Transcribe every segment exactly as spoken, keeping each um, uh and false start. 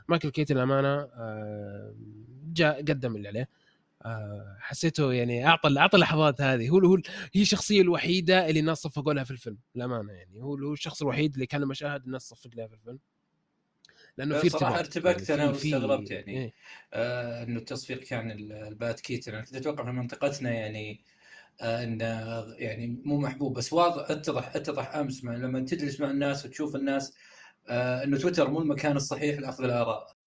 مايكل كيتن الامانه جاء قدم اللي عليه. حسيته يعني اعطى اعطى اللحظات هذه. هو هو هي الشخصيه الوحيده اللي الناس صفقوا لها في الفيلم الامانه. يعني هو هو الشخص الوحيد اللي كان مشاهد الناس صفق لها في الفيلم، لانه في صراحه ارتباط ارتبكت يعني انا في واستغربت في يعني إيه؟ آه انه التصفيق كان البات كيتن. انا كنت اتوقع في منطقتنا يعني آه انه يعني مو محبوب، بس واضح اتضح اتضح امس مع لما تجلس مع الناس وتشوف الناس آه انه تويتر مو المكان الصحيح لاخذ الاراء.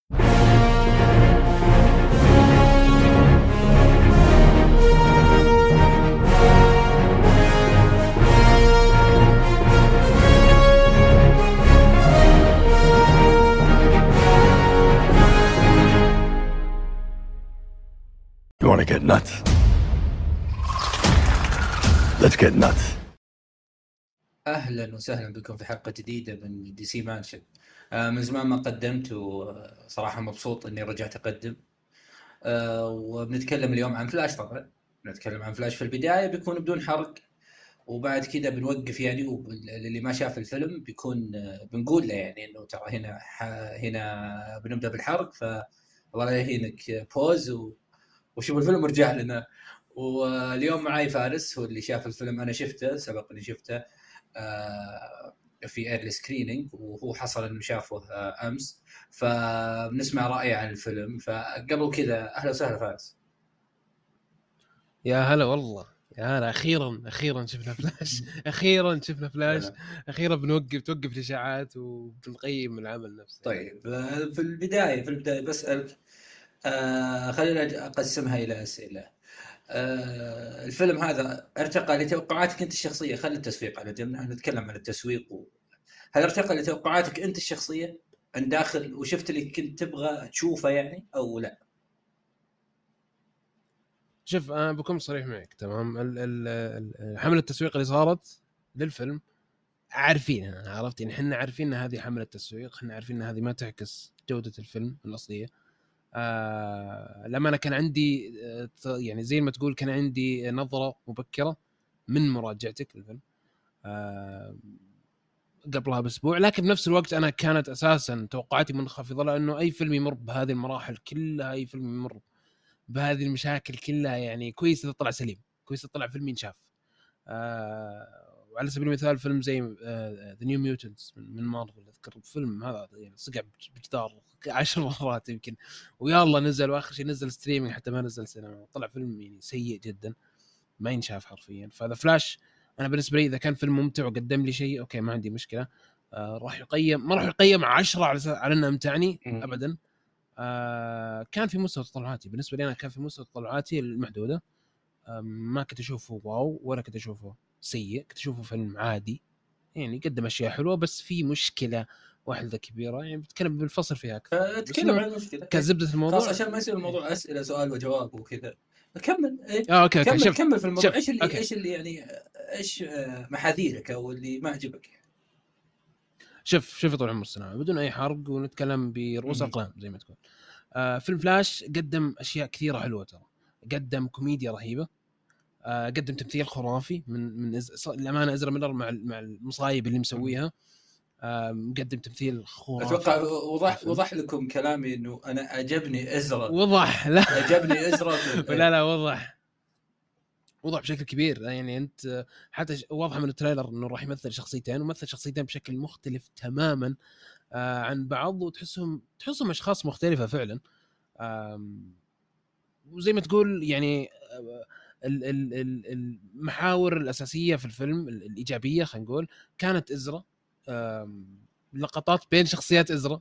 You want to get nuts? Let's get nuts. اهلا وسهلا بكم في حلقه جديده من دي سي مانشن. آه من زمان ما قدمت، وصراحه مبسوط اني رجعت اقدم. آه وبنتكلم اليوم عن فلاش. طبعا بنتكلم عن فلاش. في البدايه بيكون بدون حرق، وبعد كذا بنوقف يعني، واللي ما شاف الفيلم بيكون آه بنقول له يعني انه ترى هنا هنا بنبدا بالحرق، فالله لا يهينك بوز و... وشوف الفيلم ورجع لنا. واليوم معاي فارس، هو اللي شاف الفيلم. انا شفته، سبق اني شفته آه في ايرلي سكرينينج، وهو حصل انه شافه آه امس، فبنسمع رايه عن الفيلم. فقبل كذا اهلا وسهلا فارس. يا هلا والله، يا هلا. اخيرا اخيرا شفنا فلاش. اخيرا شفنا فلاش. اخيرا بنوقف توقف الاشاعات وبنقيم العمل نفسه. طيب آه في البدايه في البدايه بسالك، آه خلينا اقسمها الى اسئله. آه الفيلم هذا ارتقى لتوقعاتك انت الشخصيه؟ خلي التسويق على جنب، نتكلم عن التسويق. و... هل ارتقى لتوقعاتك انت الشخصيه ان داخل وشفت اللي كنت تبغى تشوفه يعني، او لا؟ شوف انا بكون صريح معك تمام. حمله التسويق اللي صارت للفيلم عارفينها، عرفت يعني احنا عارفين ان هذه حمله تسويق، احنا عارفين ان هذه ما تعكس جوده الفيلم الاصليه. آه لما انا كان عندي آه يعني زي ما تقول كان عندي نظره مبكره من مراجعتك للفيلم آه قبلها باسبوع، لكن بنفس الوقت انا كانت اساسا توقعاتي منخفضه، لانه اي فيلم يمر بهذه المراحل كلها، اي فيلم يمر بهذه المشاكل كلها، يعني كويس اذا طلع سليم، كويس اذا طلع فيلم ينشاف. آه وعلى سبيل المثال فيلم زي ذا نيو ميوتنتس من مارفل، اذكر الفيلم هذا يعني صقع بجدار عشر مرات يمكن، ويلا نزل، واخر شيء نزل ستريمينج حتى ما نزل سينما. طلع فيلم يعني سيء جدا ما ينشاف حرفيا. فهذا فلاش انا بالنسبه لي اذا كان فيلم ممتع وقدم لي شيء اوكي ما عندي مشكله. آه راح يقيم، ما راح يقيم عشرة على على انه امتعني ابدا. آه كان في مستوى تطلعاتي، بالنسبه لي انا كان في مستوى تطلعاتي المحدوده. آه ما كنت اشوفه واو ولا كنت اشوفه سيء، كنت اشوفه فيلم عادي يعني قدم اشياء حلوه، بس في مشكله واحده كبيره يعني بتكلم بالفصل فيها اكثر. اتكلم عن المشكله كزبده الموضوع خلاص، عشان ما يصير الموضوع اسئله سؤال وجواب وكذا. كمل إيه؟ اه اوكي اوكي كمل شوف كمل في الموضوع. شوف ايش اللي أوكي. ايش اللي يعني ايش محاذيرك او اللي ما عجبك يعني؟ شوف شوف طول عمر السنة بدون اي حرق ونتكلم برؤوس اقلام زي ما تقول. آه فيلم فلاش قدم اشياء كثيره حلوه، ترى قدم كوميديا رهيبه، آه قدم تمثيل خرافي من من إز... الامانه ازرا ميلر مع مع المصايب اللي مسويها. آه مقدم تمثيل خرافي. اتوقع وضح وضح لكم كلامي انه انا عجبني ازرا. وضح لا عجبني ازرا لا لا وضح وضح بشكل كبير. يعني انت حتى واضحه من التريلر انه راح يمثل شخصيتين، ومثل شخصيتين بشكل مختلف تماما آه عن بعض، وتحسهم تحسهم اشخاص مختلفه فعلا. وزي ما تقول يعني المحاور الاساسيه في الفيلم الايجابيه خلينا نقول كانت ازرا، لقطات بين شخصيات ازرا.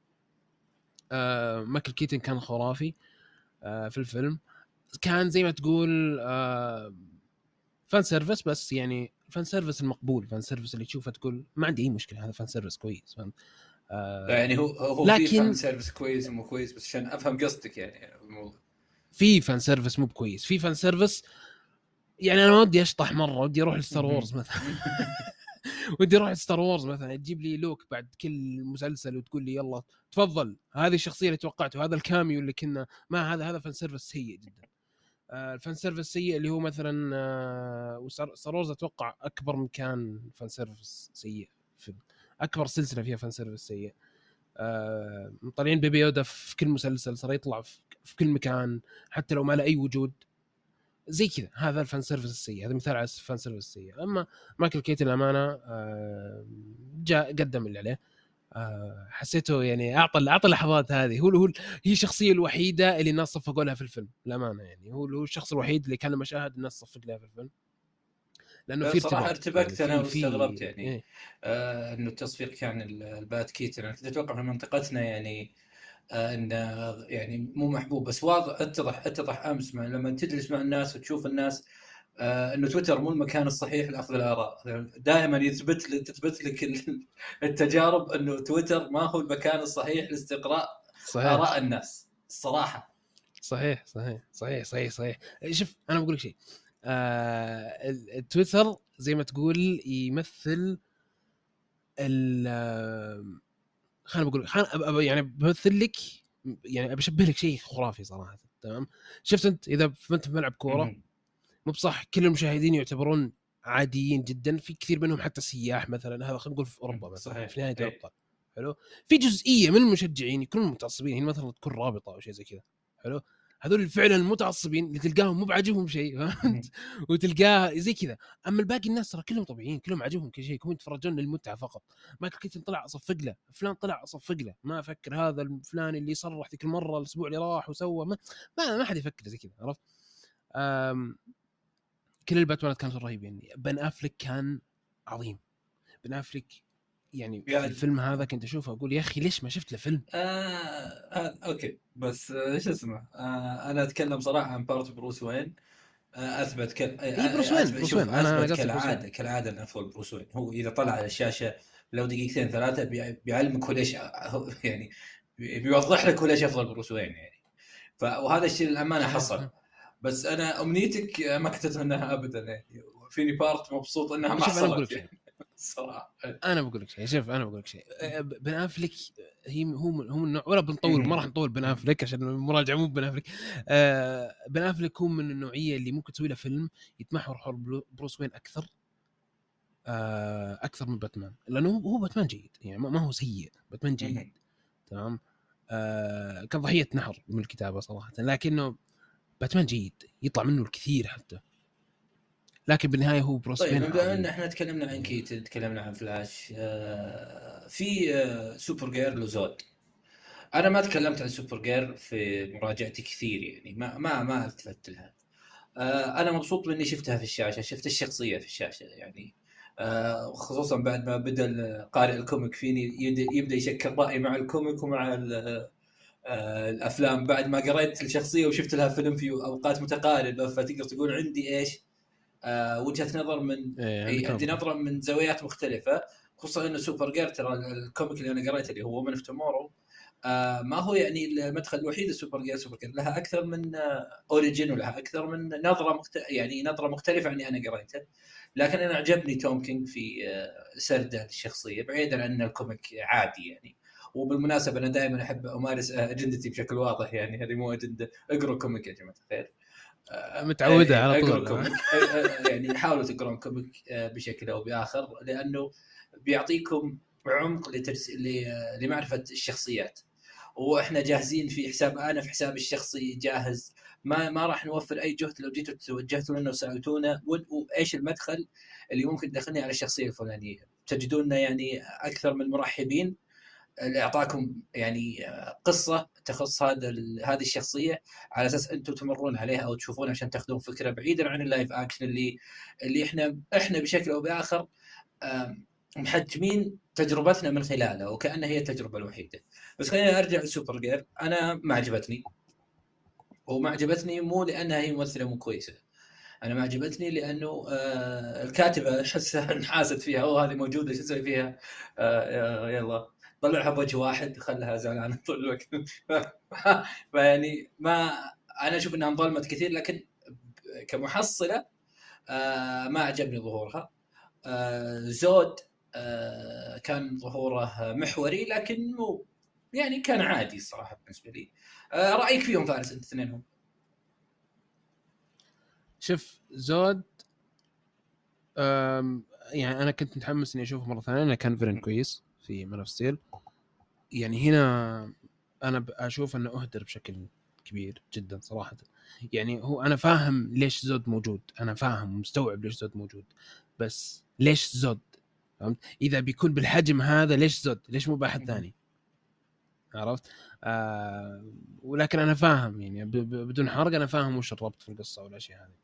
مايكل كيتن كان خرافي في الفيلم، كان زي ما تقول فان سيرفيس، بس يعني فان سيرفيس المقبول، فان سيرفيس اللي تشوفه تقول ما عندي اي مشكله، هذا فان سيرفيس كويس. آه يعني هو هو لكن في فان سيرفيس كويس ومو كويس، بس عشان افهم قصدك يعني الموضوع. في فان سيرفيس مو كويس، في فان سيرفيس يعني انا ما ودي اشطح مره، ودي اروح لستار وورز مثلا ودي اروح لستار وورز مثلا تجيب لي لوك بعد كل مسلسل وتقول لي يلا تفضل هذه الشخصيه اللي توقعته، هذا الكاميو اللي كنا ما هذا هذا فان سيرفيس سيء جدا. آه الفان سيرفيس سيء اللي هو مثلا آه وستار وورز اتوقع اكبر مكان فان سيرفيس سيء، في اكبر سلسله فيها فان سيرفيس سيء. آه طالعين بيبي يودا في كل مسلسل، صار يطلع في كل مكان حتى لو ما له اي وجود زي كذا. هذا الفان سيرفيس السيء، هذا مثال على الفان سيرفيس السيء. اما مايكل كيتن الامانه آه جاء قدم اللي عليه، آه حسيته يعني اعطى اعطى اللحظات هذه. هو هو هي الشخصيه الوحيده اللي الناس صفقوا لها في الفيلم الامانه، يعني هو هو الشخص الوحيد اللي كان له مشاهد الناس صفق لها في الفيلم، لانه في صراحه ارتباط ارتبكت يعني انا في واستغربت في يعني إيه. آه انه التصفيق كان البات كيتن. انا كنت اتوقع في منطقتنا يعني آه انه يعني مو محبوب، بس واضح اتضح اتضح امس مع لما تجلس مع الناس وتشوف الناس آه انه تويتر مو المكان الصحيح لاخذ الاراء. دائما يثبت لك تثبت لك التجارب انه تويتر ما هو المكان الصحيح لاستقراء صحيح اراء الناس الصراحه. صحيح صحيح صحيح صحيح صحيح. شوف انا بقول لك شيء، آه التويتر زي ما تقول يمثل ال خلينا بقول خلينا يعني بمثل لك، يعني بشبه لك شيء خرافي صراحه. تمام، شفت انت اذا انت في ملعب كوره مو بصح كل المشاهدين يعتبرون عاديين جدا، في كثير منهم حتى سياح مثلا، هذا خلينا نقول في اوروبا مثلا صحيح. في نهايه أي. الابطال، حلو، في جزئيه من المشجعين يكونون متعصبين، هنا مثلا تكون رابطه او شيء زي كذا، حلو، هذول فعلا المتعصبين اللي تلقاهم مو بعجبهم شيء، فهمت، وتلقاه زي كذا. اما الباقي الناس ترى كلهم طبيعيين، كلهم عجبهم كل شيء، كلهم يتفرجون للمتعه فقط. مايكل كيتن طلع اصفق له، فلان طلع اصفق له، ما افكر هذا الفلان اللي صرح ذيك المره الاسبوع اللي راح وسوى، ما ما, ما حد يفكر زي كذا، عرفت. كل الباتمانات كانت رهيبه، يعني بن افلك كان عظيم. بن افلك يعني في يعني الفيلم هذا كنت اشوفه اقول يا اخي ليش ما شفت له فيلم. آه آه اوكي بس ايش آه اسمه آه انا اتكلم صراحه عن بارت بروس وين. آه اثبت كل اي بروس وين، اثبت بروس شوف وين انا اثبت قصدي بروس وين. كالعاده كالعاده انه افضل بروس وين. هو اذا طلع على الشاشه لو دقيقتين ثلاثه بي- بيعلمك هو ليش يعني بيوضح لك هو ليش افضل بروس وين يعني. فوهذا الشيء للامانه حصل. بس انا امنيتك ما كنت اتمناها ابدا يعني. فيني بارت مبسوط انها ما شوف انا بقول لك حصلت شيء يعني الصراحه. انا بقول لك شيء شوف انا بقول لك شيء بن افلك هي هو من هو من النوع، ولا بنطول ما راح نطول بن افلك عشان المراجعه مو بن افلك. آه بن افلك هو من النوعيه اللي ممكن تسوي له فيلم يتمحور حول بروس وين اكثر آه اكثر من باتمان، لانه هو باتمان جيد يعني ما هو سيء، باتمان جيد تمام. آه كان ضحيه نحر من الكتابه صراحه، لكنه باتمان جيد يطلع منه الكثير حتى، لكن بالنهايه هو بروس طيب وين بما ان عظيم. احنا تكلمنا عن كيت تكلمنا عن فلاش آه في آه سوبر جيرل وزود. انا ما تكلمت عن سوبر جيرل في مراجعتي كثير يعني ما ما ما التفت لها. آه انا مبسوط باني شفتها في الشاشه، شفت الشخصيه في الشاشه يعني. آه خصوصا بعد ما بدا قارئ الكوميك فيني يبدا يشكل راي مع الكوميك ومع آه الافلام. بعد ما قريت الشخصيه وشفت لها فيلم في اوقات متقاربه، فتقدر تقول عندي ايش آه وجهه نظر من إيه اي عندك عندي نظرة. نظره من زاويات مختلفه. خصوصا انه سوبر جير ترى الكوميك اللي انا قريته اللي هو من اوف تومورو آه ما هو يعني المدخل الوحيد لسوبر جير. سوبر جير لها اكثر من آه اوريجين ولها اكثر من نظره مخت... يعني نظره مختلفه عن اللي انا قريته. لكن انا عجبني توم كينج في آه سرده الشخصيه بعيدا عن الكوميك عادي يعني. وبالمناسبه انا دائما احب امارس اجندتي بشكل واضح يعني. هذه مو اجنده، اقروا كوميك يا جماعه الخير. متعودة على طول. اقرا كوميك يعني حاولوا تقرون كوميك بشكل او باخر لانه بيعطيكم عمق لترس... لمعرفه الشخصيات. واحنا جاهزين في حساب، انا في حسابي الشخصي جاهز. ما ما راح نوفر اي جهد لو جيتوا توجهتوا لنا وسالتونا وايش المدخل اللي ممكن تدخلني على الشخصيه الفلانيه، تجدوننا يعني اكثر من مرحبين لاعطاكم يعني قصه تخص هذا هذه الشخصيه على اساس انتم تمرون عليها او تشوفون عشان تاخذون فكره بعيدا عن اللايف اكشن اللي اللي احنا احنا بشكل او باخر محجمين تجربتنا من خلاله وكأنها هي التجربه الوحيده. بس خلينا ارجع لسوبر جير. انا ما عجبتني، وما عجبتني مو لانها هي ممثله مو كويسه. انا ما عجبتني لانه آه الكاتبه احسها انحاست فيها، وهذه موجوده شو اسوي فيها آه يلا طلعها بوجه واحد خلها زعلانه طول الوقت. فيعني ما انا اشوف انها انظلمت كثير، لكن كمحصله آه ما عجبني ظهورها. آه زود آه كان ظهوره محوري لكن مو يعني كان عادي الصراحه بالنسبه لي. آه رايك فيهم فارس انت اثنينهم؟ شوف زود يعني انا كنت متحمس اني اشوفه مره ثانيه، انا كان فيلن كويس في مان اوف ستيل. يعني هنا انا اشوف انه اهدر بشكل كبير جدا صراحه. يعني هو انا فاهم ليش زود موجود، انا فاهم مستوعب ليش زود موجود، بس ليش زود؟ فهمت؟ اذا بيكون بالحجم هذا ليش زود؟ ليش مو باحد ثاني؟ عرفت؟ آه ولكن انا فاهم يعني ب- ب- بدون حرق انا فاهم وش الربط في القصه والاشياء هذه.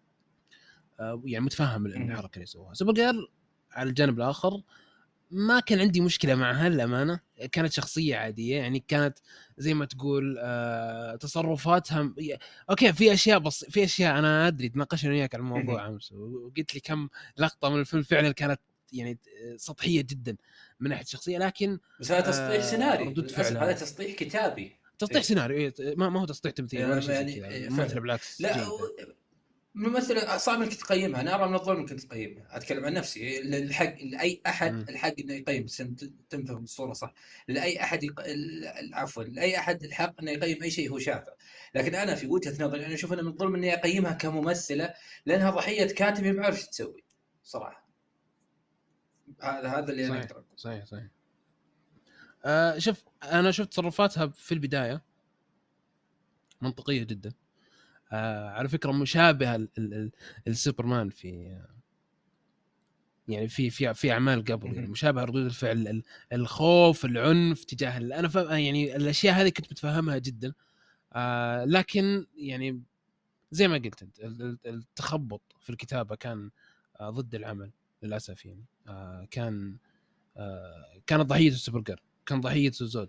آه يعني متفهم الحركه اللي سووها. سوبرجيرل على الجانب الاخر ما كان عندي مشكله معها للامانه، كانت شخصيه عاديه يعني، كانت زي ما تقول آه تصرفاتها اوكي. في اشياء بس في اشياء انا ادري تناقشنا وياك على الموضوع امس وقلت لي كم لقطه من الفيلم فعلا كانت يعني سطحيه جدا من ناحيه الشخصيه، لكن بس هذا تسطيح آه سيناريو ردود للاسف، فعلها هذا تسطيح كتابي. تسطيح إيه. سيناريو إيه، ما ما هو تسطيح تمثيل ولا شيء زي يعني كذا. إيه الممثله فعلا. بالعكس لا جيده. ممثلة صعب انك تقيمها، انا ارى من الظلم انك تقيمها. اتكلم عن نفسي، الحق لاي احد مم. الحق انه يقيم، بس تنفهم الصوره صح. لاي احد يق... عفوا لاي احد الحق انه يقيم اي شيء هو شافه. لكن انا في وجهه نظري انا اشوف انه من الظلم اني اقيمها كممثله، لانها ضحيه كاتب ما يعرف ايش تسوي صراحه. هذا هذا اللي انا صحيح اقدر اقول. صحيح صحيح. آه شوف انا شفت تصرفاتها في البدايه منطقيه جدا. آه على فكره مشابهه للسوبرمان في يعني في في في اعمال قبل، يعني مشابهه ردود الفعل، الخوف، العنف تجاه انا فاهم يعني الاشياء هذه كنت متفهمها جدا. آه لكن يعني زي ما قلت انت التخبط في الكتابه كان آه ضد العمل للاسف يعني. آه كان آه كانت ضحيه السوبرجر، كان ضحيه زود،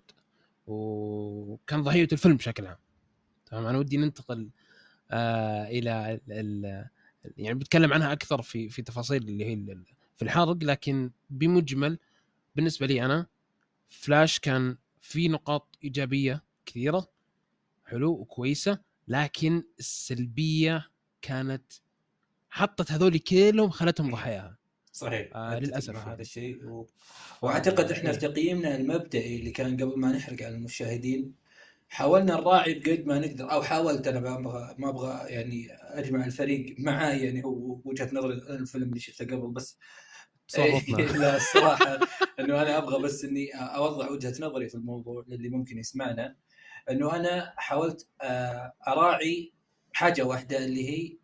وكان ضحيه الفيلم بشكل عام. تمام. انا ودي ننتقل آه الى ال يعني بتكلم عنها اكثر في في تفاصيل اللي هي في الحرق، لكن بمجمل بالنسبه لي انا فلاش كان في نقاط ايجابيه كثيره حلو وكويسه، لكن السلبيه كانت حطت هذول كلهم خلتهم ضحاياها. صحيح آه اتفق للاسف مع هذا يعني. الشيء و... ف... واعتقد احنا في إيه. تقييمنا المبدئي اللي كان قبل ما نحرق على المشاهدين حاولنا نراعي بقد ما نقدر، او حاولت انا ما ابغى ما ابغى يعني اجمع الفريق معاي، يعني هو وجهه نظري الفيلم اللي شفته قبل بس. صرتنا لا الصراحه انه انا ابغى بس اني اوضح وجهه نظري في الموضوع للي ممكن يسمعنا. انه انا حاولت اراعي حاجه واحده اللي هي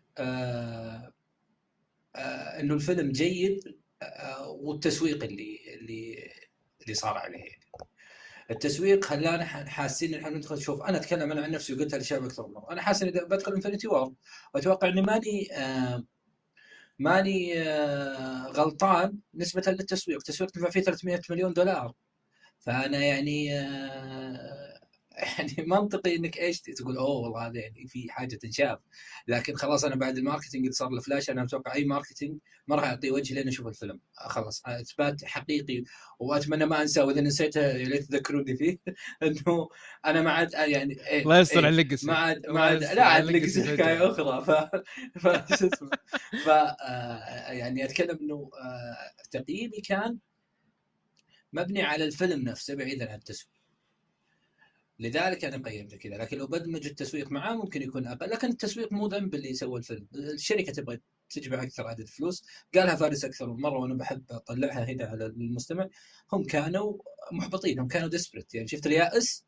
انه الفيلم جيد، والتسويق اللي اللي اللي صار عليه. التسويق خلانا حاسين ان احنا ندخل. شوف انا اتكلم انا عن نفسي وقلتها للشباب اكثر من مره، انا حاسس اني بدخل انفنتي وور واتوقع اني ماني آه ماني آه غلطان نسبه للتسويق. التسويق دفع فيه ثلاثمئة مليون دولار، فانا يعني آه يعني منطقي انك ايش تقول اوه والله هذا يعني في حاجه تنشاف. لكن خلاص انا بعد الماركتينج اللي صار لفلاش انا اتوقع اي ماركتينج ما راح يعطي وجه لين اشوف الفيلم. خلاص اثبات حقيقي، واتمنى ما انسى، واذا نسيته يا ريت تذكروني فيه انه انا ما عاد يعني ايه الله يستر على ايه الليجسي، ما عاد ما الله عاد يستر لا على عاد الليجسي لقيت حكايه فجأة. اخرى. ف ف شو اسمه ف آه، يعني اتكلم انه آه، تقييمي كان مبني على الفيلم نفسه بعيدا عن التسويق، لذلك انا قيمته كذا. لكن لو بدمج التسويق معاه ممكن يكون اقل، لكن التسويق مو ذنب اللي سوى الفيلم. الشركه تبغى تجمع اكثر عدد فلوس، قالها فارس اكثر من مره وانا بحب اطلعها هنا على المستمع. هم كانوا محبطين، هم كانوا ديسبرت، يعني شفت اليائس،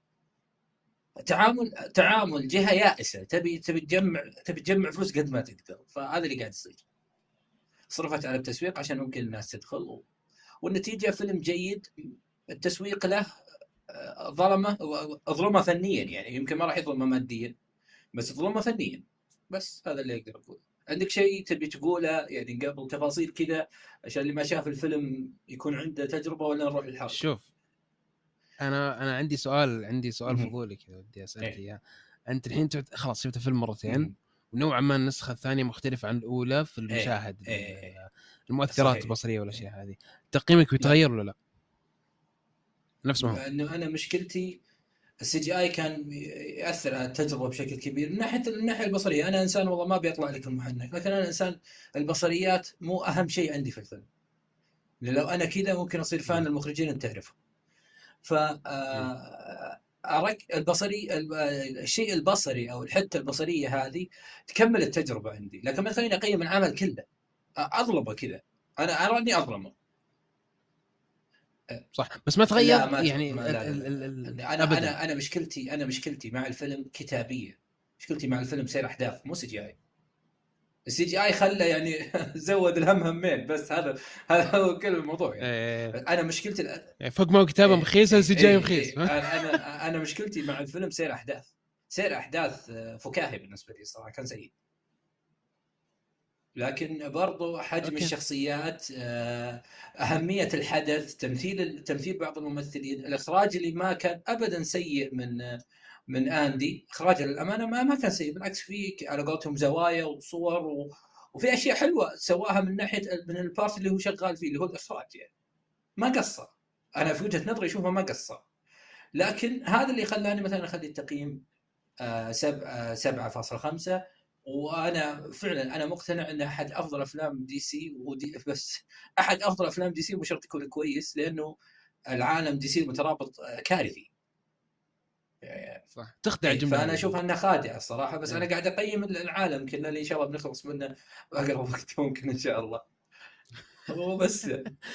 تعامل تعامل جهه يائسه تبي تبي تجمع تبي تجمع فلوس قد ما تقدر. فهذا اللي قاعد يصير، صرفت على التسويق عشان ممكن الناس تدخل، والنتيجه فيلم جيد. التسويق له ظلمه ظلمه فنيا، يعني يمكن ما راح يظلمه ماديا بس ظلمه فنيا. بس هذا اللي اقدر اقوله. عندك شيء تبي تقوله يعني قبل تفاصيل كذا عشان اللي ما شاف الفيلم يكون عنده تجربه، ولا نروح للحرق؟ شوف انا انا عندي سؤال عندي سؤال فضولي كذا بدي اسالك اياه. انت الحين خلاص شفت الفيلم مرتين ونوعا ما النسخه الثانيه مختلفه عن الاولى في المشاهد، ايه. المؤثرات صحيح. البصريه والاشياء هذه، تقييمك بيتغير ولا لا؟ نفس ما هو؟ انه انا مشكلتي السي جي اي كان ياثر على التجربه بشكل كبير من ناحيه الناحيه البصريه. انا انسان والله ما بيطلع لك المحنك، لكن انا انسان البصريات مو اهم شيء عندي في الفيلم. لو انا كذا ممكن اصير فان المخرجين انت تعرفه. ف أرك البصري الشيء البصري او الحته البصريه هذه تكمل التجربه عندي، لكن ما تخليني اقيم العمل كله اظلمه كذا. انا ارى اني اظلمه. صح بس ما لا تغير ما يعني ما ال لا لا ال لا. ال ال انا أبداً. انا انا مشكلتي انا مشكلتي مع الفيلم كتابيه. مشكلتي مع الفيلم سير احداث مو سي جي اي. السي جي اي خلى يعني زود الهم همين بس. هذا هذا هو كل الموضوع يعني. إيه. انا مشكلتي الأ... يعني فوق ما هو كتابه إيه مخيس إيه سي جي إيه مخيس. إيه. انا انا انا مشكلتي مع الفيلم سير احداث. سير احداث فكاهي بالنسبه لي صراحه كان سيء. لكن برضو حجم أوكي. الشخصيات، أهمية الحدث، تمثيل تمثيل بعض الممثلين، الإخراج اللي ما كان أبدا سيء من من آندي. إخراج للأمانة ما ما كان سيء، بالعكس فيه على قولتهم زوايا وصور و... وفي أشياء حلوة سواها من ناحية من البارت اللي هو شغال فيه اللي هو الإخراج يعني ما قصر. أنا في وجهة نظري أشوفه ما قصر. لكن هذا اللي خلاني مثلا أخلي التقييم سبعة سبعة فاصلة خمسة. وانا فعلا انا مقتنع ان احد افضل افلام دي سي ودي بس احد افضل افلام دي سي مو شرط يكون كويس لانه العالم دي سي مترابط كارثي صح تخدع إيه. الجمله فانا هذه. اشوف انها خادعه الصراحه بس إيه. انا قاعد اقيم العالم كله اللي ان شاء الله بنخلص منه اقرب وقت ممكن ان شاء الله. هو بس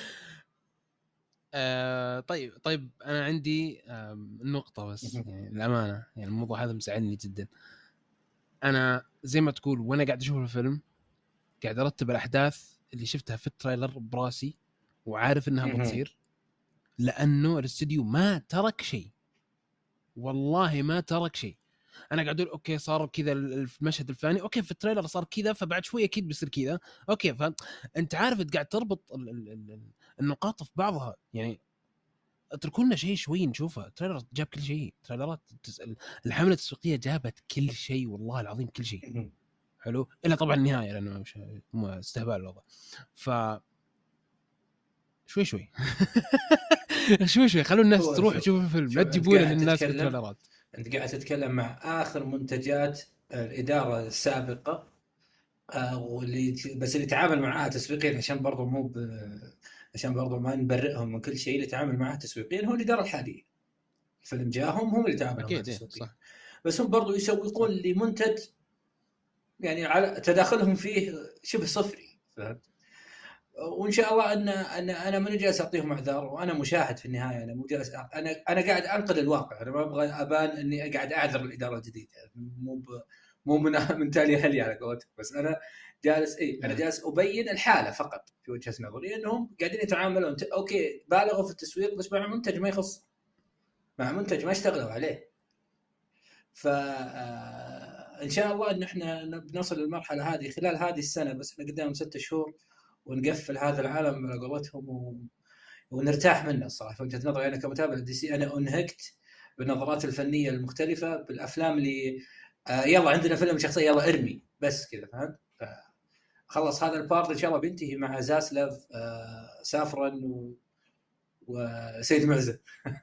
آه طيب طيب انا عندي نقطه بس يعني الامانه يعني الموضوع هذا مساعدني جدا. انا زي ما تقول وانا قاعد اشوف الفيلم قاعد ارتب الاحداث اللي شفتها في التريلر براسي وعارف انها بتصير لانه الاستديو ما ترك شيء والله ما ترك شيء. انا قاعد اقول اوكي صار كذا المشهد الفلاني اوكي في التريلر صار كذا فبعد شويه اكيد بيصير كذا اوكي. فانت عارف انت قاعد تربط النقاط في بعضها يعني. اتركوا لنا شيء شوي نشوفه. تريلر جاب كل شيء. تريلرات الحمله التسويقيه جابت كل شيء والله العظيم كل شيء حلو الا طبعا النهايه لانه مش استهبال الوضع. ف شوي شوي شوي شوي خلوا الناس تروح تشوف الفيلم لا تجيبونه للناس في التريلرات. انت قاعد تتكلم مع اخر منتجات الاداره السابقه واللي بس اللي تعامل معها تسويقيا عشان برضو مو ب... عشان برضو ما نبرئهم من كل شيء. اللي تعامل معها تسويقيا هو الاداره الحاليه. الفيلم جاهم هم اللي تعاملوا معه تسويقيا بس هم برضو يسوقون لمنتج يعني على تداخلهم فيه شبه صفري. فهمت؟ وان شاء الله ان ان انا من جالس اعطيهم اعذار وانا مشاهد في النهايه. انا مو جالس انا انا قاعد انقد الواقع. انا ما ابغى ابان اني قاعد اعذر الاداره الجديده مو ب... مو من من تالي اهلي على قولتك. بس انا جالس اي انا جالس ابين الحاله فقط في وجهه نظري انهم قاعدين يتعاملون اوكي بالغوا في التسويق بس مع منتج ما يخص مع منتج ما اشتغلوا عليه. ف ان شاء الله ان احنا بنوصل للمرحله هذه خلال هذه السنه. بس احنا قدام ستة شهور ونقفل هذا العالم على قولتهم و... ونرتاح منه الصراحه. في وجهه نظري انا كمتابع للدي سي انا انهكت بالنظرات الفنيه المختلفه بالافلام اللي آه يلا عندنا فيلم شخصيه يلا ارمي بس كذا. فهمت؟ خلص هذا البارت ان شاء الله بينتهي مع زاسلف آه سافرن و... وسيد معزه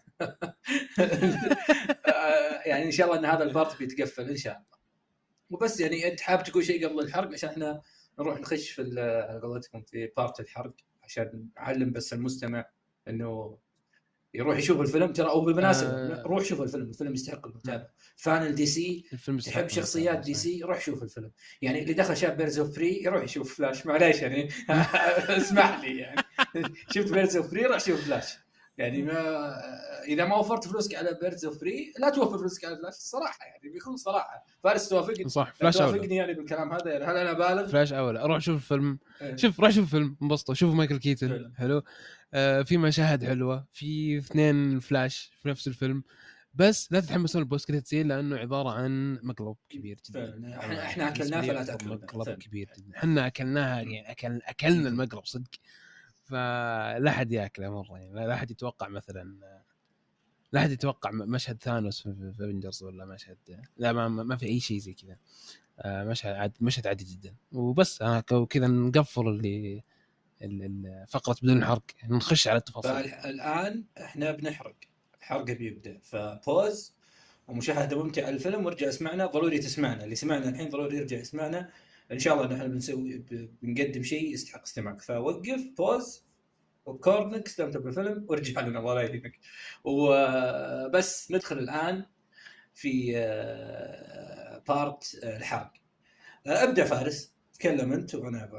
يعني ان شاء الله ان هذا البارت بيتقفل ان شاء الله. وبس يعني انت حاب تقول شيء قبل الحرق عشان احنا نروح نخش في قولتكم في بارت الحرق عشان نعلم بس المستمع انه يروح يشوف الفيلم. ترى او بالمناسبه آه روح شوف الفيلم. الفيلم يستحق المتابعه. فان الدي سي تحب شخصيات دي سي روح شوف الفيلم. يعني اللي دخل شاف بيرز اوف فري يروح يشوف فلاش. معليش يعني اسمح لي يعني شفت بيرز اوف فري روح شوف فلاش. يعني ما اذا ما وفرت فلوسك على بيرز اوف فري لا توفر فلوسك على فلاش الصراحه. يعني بيكون صراحه. فارس توافقني صح فلاش توافقني يعني بالكلام هذا. يعني هل انا بالغ؟ فلاش اول اروح اشوف الفيلم إيه. شوف روح شوف الفيلم انبسطوا. شوفوا مايكل كيتن حلو آه في مشاهد حلوه في اثنين فلاش في نفس الفيلم. بس لا تتحمسون البوست كريدت سين لانه عباره عن مقلب كبير جدا. احنا احنا اكلناه فلا تاكلوا. مقلب كبير جدا. احنا اكلناها يعني اكل اكلنا المقلب صدق. فلا حد ياكله مره يعني لا حد يتوقع مثلا لا حد يتوقع مشهد ثانوس في افنجرز ولا مشهد لا ما, ما في اي شيء زي كذا. مشهد عاد مشهد عادي جدا. وبس انا كذا نقفل اللي الفقره بدون حرق نخش على التفاصيل. الان احنا بنحرق. الحرق بيبدا فبوز ومشاهده ممتعه الفيلم وارجع اسمعنا. ضروري تسمعنا. اللي سمعنا الحين ضروري يرجع يسمعنا. ان شاء الله نحن بنسوي بنقدم شيء يستحق استماعك. فوقف بوز وكورنك استمتع بالفيلم وارجع لنا الله لا يهينك. وبس ندخل الان في بارت الحرق. ابدا فارس تكلم انت وانا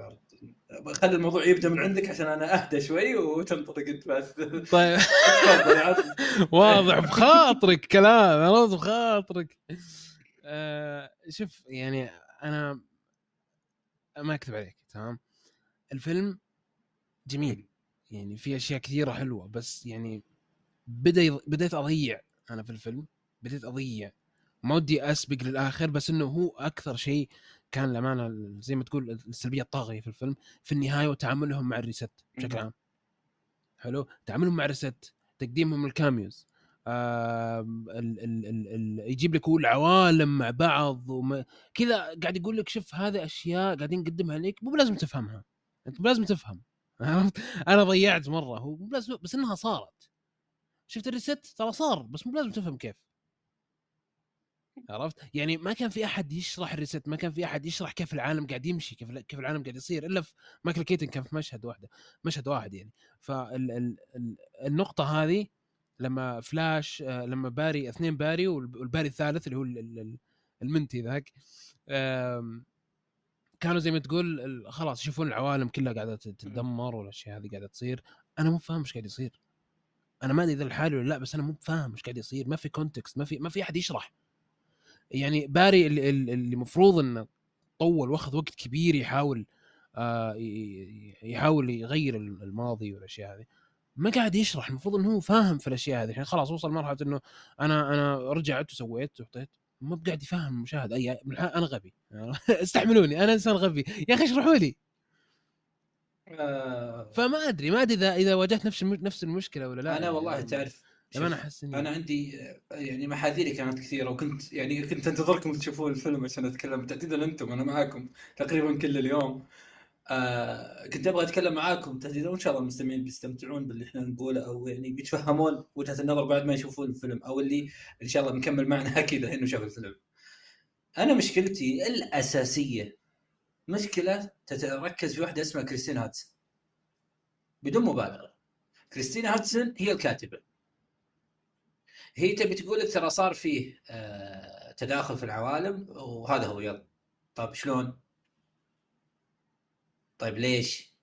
خلي الموضوع يبدا من عندك عشان انا اهدى شوي وتنطلق انت بس. طيب واضح بخاطرك كلام، عرفت بخاطرك. آه شوف يعني انا ما اكذب عليك تمام، الفيلم جميل يعني في اشياء كثيره حلوه، بس يعني بدا بديت اضيع انا في الفيلم، بديت اضيع ما ودي اسبق للاخر، بس انه هو اكثر شيء كان للامانه زي ما تقول السلبيه الطاغيه في الفيلم في النهايه، وتعاملهم مع الريست بشكل عام. حلو تعاملهم مع الريست، تقديمهم الكاميوز، آه ال ال ال ال يجيب لك هو العوالم مع بعض وكذا، قاعد يقول لك شوف هذه اشياء قاعدين نقدمها لك مو لازم تفهمها، انت مو لازم تفهم. انا ضيعت مره، هو مو لازم بس انها صارت. شفت الريست ترى صار بس مو لازم تفهم كيف، عرفت يعني ما كان في احد يشرح الريست، ما كان في احد يشرح كيف العالم قاعد يمشي، كيف كيف العالم قاعد يصير، الا في مايكل كيتن كان في مشهد واحده مشهد واحد يعني. فالنقطه هذه لما فلاش آه لما باري اثنين باري والباري الثالث اللي هو المنتي ذاك كانوا زي ما تقول خلاص يشوفون العوالم كلها قاعده تتدمر والاشياء هذه قاعده تصير، انا مو فاهم ايش قاعد يصير، انا ما ادري اذا الحال ولا لا، بس انا مو فاهم ايش قاعد يصير، ما في كونتكست، ما في ما في احد يشرح. يعني باري اللي اللي مفروض انه طول واخذ وقت كبير يحاول آه يحاول يغير الماضي والاشياء هذه، ما قاعد يشرح، المفروض انه هو فاهم في الاشياء هذه. يعني خلاص وصل مرحله انه انا انا رجعت وسويت وحطيت، ما بقاعد يفهم المشاهد. اي انا غبي استحملوني انا انسان غبي يا اخي اشرحوا لي. فما ادري ما ادري اذا اذا واجهت نفس نفس المشكله ولا لا. انا والله يعني تعرف لما انا احس انا عندي يعني محاذيري كانت كثيره، وكنت يعني كنت انتظركم تشوفون الفيلم عشان اتكلم تحديدا انتم، انا معاكم تقريبا كل اليوم. آه كنت ابغى اتكلم معاكم تحديدا، وان شاء الله المستمعين بيستمتعون باللي احنا نقوله، او يعني بيتفهمون وجهه النظر بعد ما يشوفون الفيلم، او اللي ان شاء الله نكمل معنا كذا انه شاف الفيلم. انا مشكلتي الاساسيه مشكله تتركز في واحده اسمها كريستين هاتسون، بدون مبالغه. كريستين هاتسون هي الكاتبه، هي تبي تقول لك ترى صار فيه آه تداخل في العوالم وهذا هو، يلا طيب شلون؟ طيب ليش؟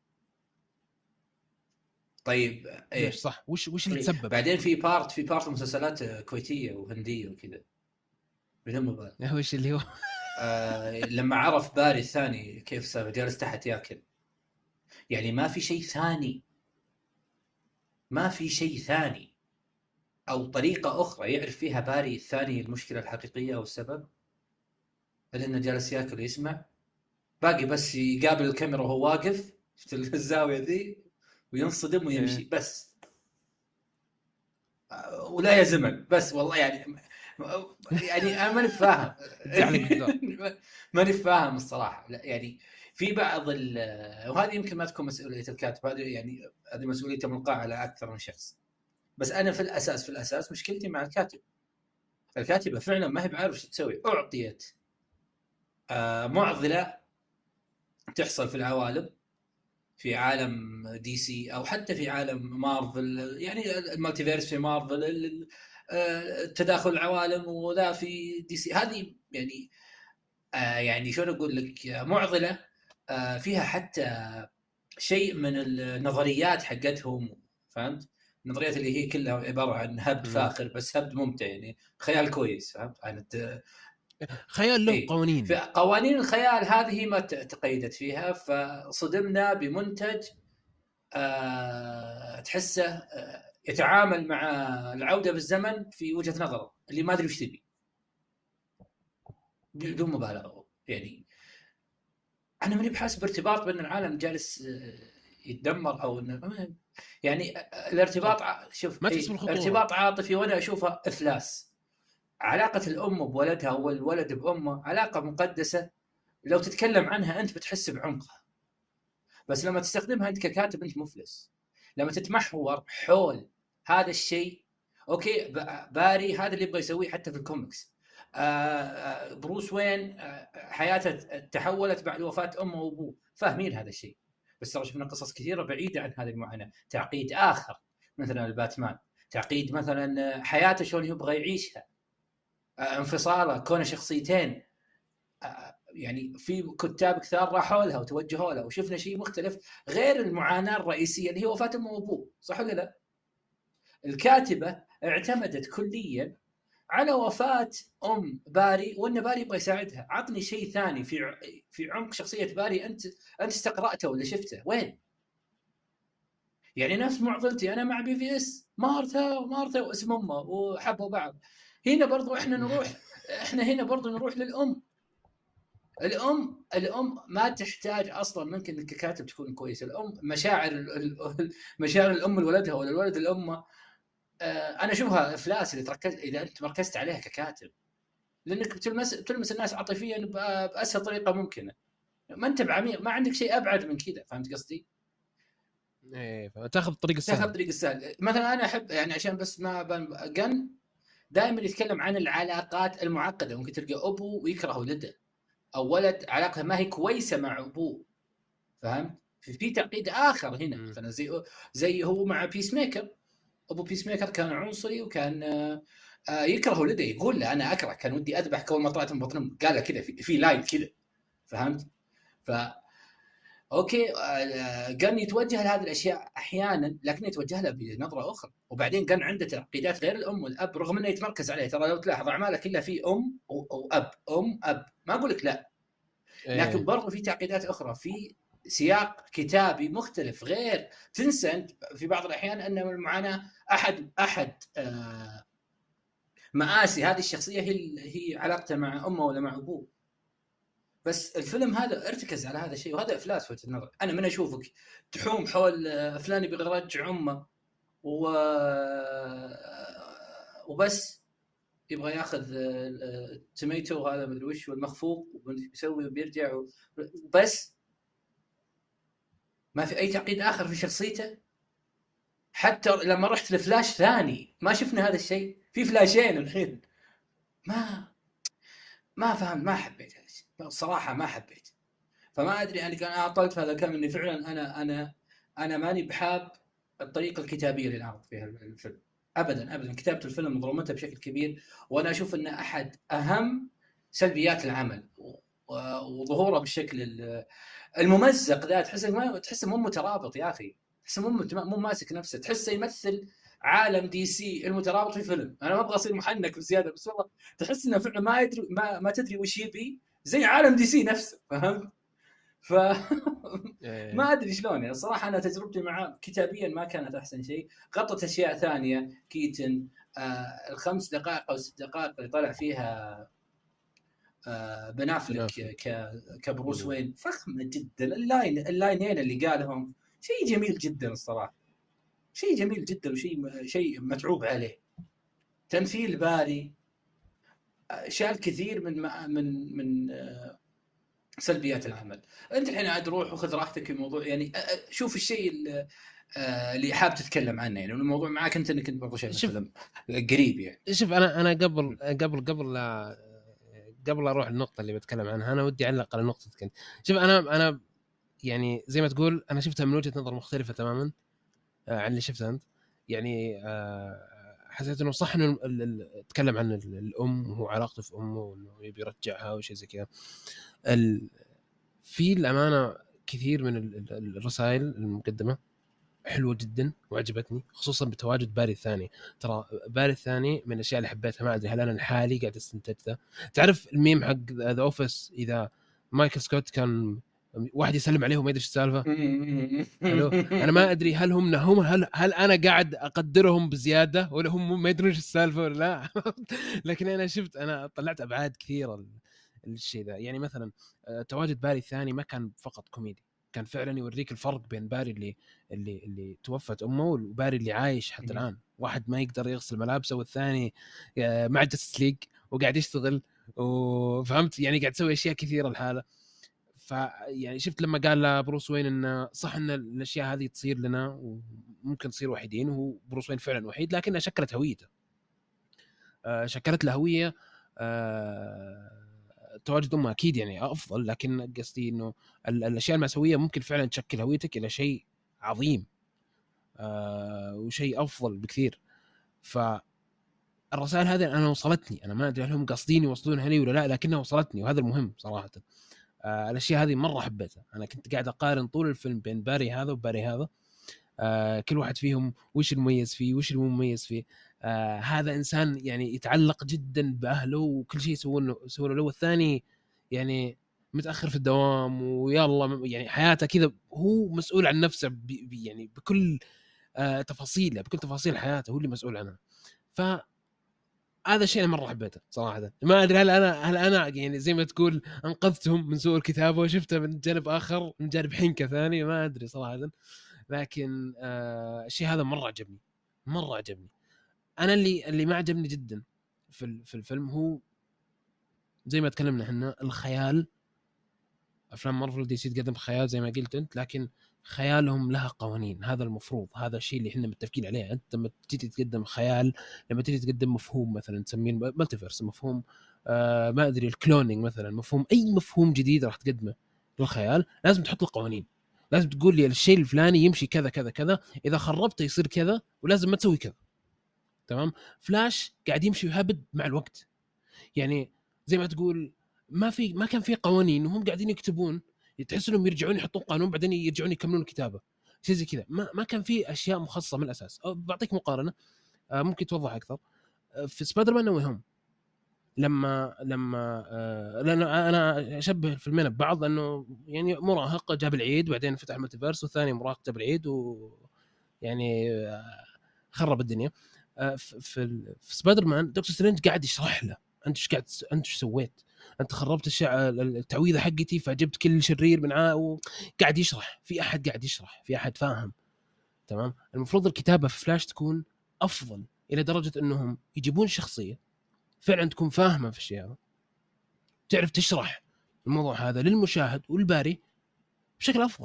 طيب ايه ليش صح؟ وش وش اللي تسبب؟ بعدين في بارت في بارت مسلسلات كويتيه وهنديه وكذا بدون مبالغه. وش اللي هو آه لما عرف باري الثاني كيف صار جالس تحت ياكل، يعني ما في شيء ثاني، ما في شيء ثاني او طريقه اخرى يعرف فيها باري الثاني المشكله الحقيقيه او السبب الا انه جالس ياكل ويسمع. باقي بس يقابل الكاميرا وهو واقف في الزاويه ذي وينصدم ويمشي بس، ولا يا زمن بس. والله يعني يعني انا ماني فاهم ماني فاهم الصراحه. لا يعني في بعض وهذه يمكن ما تكون مسؤوليه الكاتب، هذه يعني هذه مسؤوليته ملقاه على اكثر من شخص، بس انا في الاساس في الاساس مشكلتي مع الكاتب. الكاتبه فعلا ما هي بعارف ايش تسوي، اعطيت آه معضله تحصل في العوالم، في عالم دي سي او حتى في عالم مارفل، يعني المالتيفيرس في مارفل، تداخل العوالم وذا في دي سي، هذه يعني آه يعني شلون اقول لك معضله آه فيها حتى شيء من النظريات حقتهم، فهمت؟ النظريات اللي هي كلها عباره عن هبد فاخر، بس هبد ممتع يعني خيال كويس، فهمت؟ عن خيال له إيه؟ قوانين، في قوانين الخيال هذه ما تقيدت فيها، فصدمنا بمنتج أه تحسه أه يتعامل مع العودة بالزمن في وجهة نظره اللي ما أدري وش تبي، بدون مبالغة. يعني أنا ماني بحاسب ارتباط بين العالم جالس يتدمر أو إنه يعني الارتباط شوف ما إيه ارتباط عاطفي، وأنا أشوفه إفلاس. علاقة الأم بولدها والولد بأمه علاقة مقدسة، لو تتكلم عنها أنت بتحس بعمقها، بس لما تستخدمها أنت ككاتب أنت مفلس. لما تتمحور حول هذا الشيء، أوكي باري هذا اللي يبغى يسويه حتى في الكوميكس. آه بروس وين آه حياته تحولت بعد وفاة أمه وأبوه، فاهمين هذا الشيء، بس ترى شفنا قصص كثيرة بعيدة عن هذه المعاناة. تعقيد آخر مثلا الباتمان، تعقيد مثلا حياته شلون يبغى يعيشها، آه انفصاله، كونه شخصيتين، يعني في كتاب كثار راحوا لها وتوجهوا لها وشفنا شيء مختلف غير المعاناه الرئيسيه اللي هي وفاه امه وابوه، صح ولا لا؟ الكاتبه اعتمدت كليا على وفاه ام باري وان باري يبغى يساعدها. عطني شيء ثاني في في عمق شخصيه باري انت انت استقراته ولا شفته وين؟ يعني نفس معضلتي انا مع بي في اس، مارتا ومارتا واسم امه وحبوا بعض. هنا برضو احنا نروح احنا هنا برضو نروح للام. الام الام ما تحتاج اصلا ممكن انك ككاتب تكون كويس. الام مشاعر مشاعر الام لولدها ولا الولد الام، انا اشوفها افلاس اللي تركز اذا انت مركزت عليها ككاتب، لانك بتلمس بتلمس الناس عاطفيا باسهل طريقه ممكنه. ما انت بعميق، ما عندك شيء ابعد من كذا. فهمت قصدي؟ ايه تاخذ الطريق السهل. تاخذ الطريق السهل. مثلا انا احب يعني عشان بس ما جن دائما يتكلم عن العلاقات المعقده. ممكن تلقى ابو ويكره ولده، او ولد علاقته ما هي كويسه مع ابوه. فهمت؟ في, في تعقيد اخر هنا. مثلا زي زي هو مع بيس ميكر. ابو بيس ميكر كان عنصري وكان آه يكره ولده، يقول له انا اكره، كان ودي اذبح كل ما طلعت من بطن. قال له كذا في, في لاين كذا. فهمت؟ ف اوكي قن يتوجه لهذه الاشياء احيانا، لكن يتوجه لها بنظره اخرى. وبعدين قن عنده تعقيدات غير الام والاب رغم انه يتمركز عليه. ترى لو تلاحظ اعماله كلها في ام واب ام اب، ما اقول لك لا، لكن برضو في تعقيدات اخرى في سياق كتابي مختلف. غير تنسى انت في بعض الاحيان ان المعاناه احد احد آه مآسي هذه الشخصيه هي هي علاقته مع امه ولا مع ابوه. بس الفيلم هذا ارتكز على هذا الشيء، وهذا افلاس في وجهة النظر. انا من اشوفك تحوم حول فلان يبغى يرجع امه و وبس يبغى ياخذ التوميتو هذا مدري وش والمخفوق ويسوي وبيرجع وبس، ما في اي تعقيد اخر في شخصيته. حتى لما رحت لفلاش ثاني ما شفنا هذا الشيء. في فلاشين الحين ما ما فهمت، ما حبيت هذا الشيء الصراحه، ما حبيت. فما ادري انا كان اعطيت هذا كم اني فعلا انا انا انا ماني بحاب الطريقه الكتابيه اللي نعرض فيها الفيلم ابدا ابدا. كتابه الفيلم ظلمتها بشكل كبير، وانا اشوف ان احد اهم سلبيات العمل وظهوره بالشكل الممزق ذا. تحس ما تحس مو مترابط يا اخي، تحس مو مو ماسك نفسه، تحسه يمثل عالم دي سي المترابط في فيلم. انا ما ابغى اصير محنك بزياده، بس والله تحس انه فعلا ما يدري ما, ما تدري وش يبي زي عالم دي سي نفسه. فهمت؟ ف ما ادري شلون يعني. الصراحه انا تجربتي معه كتابيا ما كانت احسن شيء. غطت اشياء ثانيه كيتن، آه الخمس دقائق او ست دقائق اللي طلع فيها آه بنافلك ك كبروس وين فخمه جدا. اللاين اللاينين اللي قالهم شيء جميل جدا الصراحه، شيء جميل جدا وشيء شيء متعوب عليه. تمثيل باري شال كثير من من من آه سلبيات العمل. انت الحين عاد روح وخذ راحتك في الموضوع. يعني شوف الشيء اللي حاب تتكلم عنه، يعني الموضوع معك انت انك انت برضو شايف الفيلم قريب. يعني شوف انا انا قبل قبل قبل لا قبل اروح النقطه اللي بتكلم عنها انا ودي اعلق على نقطتك انت. شوف انا انا يعني زي ما تقول انا شفتها من وجهه نظر مختلفه تماما عن اللي شفتها انت. يعني حسيت انه صح انه تكلم عن الام وهو علاقته في امه وانه يبي يرجعها وشيء زي كذا. في الامانه كثير من الرسائل المقدمه حلوه جدا وعجبتني، خصوصا بتواجد باري الثاني. ترى باري الثاني من الاشياء اللي حبيتها، ما ادري هل انا الحالي قاعد استنتجته. تعرف الميم حق ذا اوفيس اذا مايكل سكوت كان واحد يسلم عليه وما يدري ايش السالفه؟ حلو. انا ما ادري هل هم هم هل, هل انا قاعد اقدرهم بزياده ولا هم ما يدرون ايش السالفه ولا لا. لكن انا شفت انا طلعت ابعاد كثيره الشيء ذا. يعني مثلا تواجد باري الثاني ما كان فقط كوميدي، كان فعلا يوريك الفرق بين باري اللي اللي اللي توفت امه وباري اللي عايش حتى الان. واحد ما يقدر يغسل ملابسه والثاني مع جاستس ليج وقاعد يشتغل وفهمت يعني قاعد يسوي اشياء كثيره الحاله. فيعني شفت لما قال لبروس وين انه صح ان الاشياء هذه تصير لنا وممكن تصير وحيدين، وهو بروس وين فعلا وحيد لكنها شكلت هويته، شكلت له هويه. تواجد امه اكيد يعني افضل، لكن قصدي انه الاشياء المأساوية ممكن فعلا تشكل هويتك الى شيء عظيم آه وشيء افضل بكثير. ف الرسائل هذه انا وصلتني، انا ما ادري هل هم قاصدين يوصلونها لي ولا لا، لكنها وصلتني وهذا المهم صراحه. آه الاشياء هذه مره حبيتها. انا كنت قاعد اقارن طول الفيلم بين باري هذا وباري هذا، آه كل واحد فيهم وش المميز فيه وش المميز فيه. آه هذا انسان يعني يتعلق جدا باهله وكل شيء يسوونه يسوونه له، والثاني يعني متاخر في الدوام ويلا يعني حياته كذا، هو مسؤول عن نفسه بي يعني بكل آه تفاصيله، بكل تفاصيل حياته هو اللي مسؤول عنها. ف هذا الشيء انا مره حبيته صراحه. ما ادري هل انا هل انا يعني زي ما تقول انقذتهم من سوء الكتابه وشفته من جانب اخر، من جانب حنكه ثاني، ما ادري صراحه. لكن آه الشيء هذا مره عجبني، مره عجبني. انا اللي اللي ما عجبني جدا في في الفيلم هو زي ما تكلمنا احنا الخيال. افلام مارفل دي سي تقدم خيال زي ما قلت انت، لكن خيالهم لها قوانين. هذا المفروض، هذا الشيء اللي احنا متفقين عليه. انت لما تيجي تقدم خيال، لما تيجي تقدم مفهوم مثلا تسميه مالتيفيرس، مفهوم آه ما ادري الكلونينج مثلا، مفهوم اي مفهوم جديد راح تقدمه للخيال، لازم تحط له قوانين. لازم تقول لي الشيء الفلاني يمشي كذا كذا كذا، اذا خربته يصير كذا، ولازم ما تسوي كذا. تمام. فلاش قاعد يمشي يهبد مع الوقت، يعني زي ما تقول ما في ما كان في قوانين وهم قاعدين يكتبون، تحس انهم يرجعون يحطون قانون بعدين يرجعون يكملون الكتابه، شيء زي كذا. ما ما كان في اشياء مخصصه من الاساس. بعطيك مقارنه ممكن توضح اكثر. في سبايدر مان وهم لما لما لأن انا اشبه الفيلمين ببعض، انه يعني مراهق جاب العيد وبعدين فتح الملتيفيرس، والثاني مراهق جاب العيد ويعني خرب الدنيا. في في سبايدر مان دكتور سترينج قاعد يشرح له انت ايش قاعد انت ايش سويت، انت خربت الشع... التعويذه حقتي فجبت كل شرير من عا وقاعد يشرح، في احد قاعد يشرح، في احد فاهم. تمام. المفروض الكتابه في فلاش تكون افضل الى درجه انهم يجيبون شخصيه فعلا تكون فاهمه في الشيء هذا، تعرف تشرح الموضوع هذا للمشاهد والباري بشكل افضل.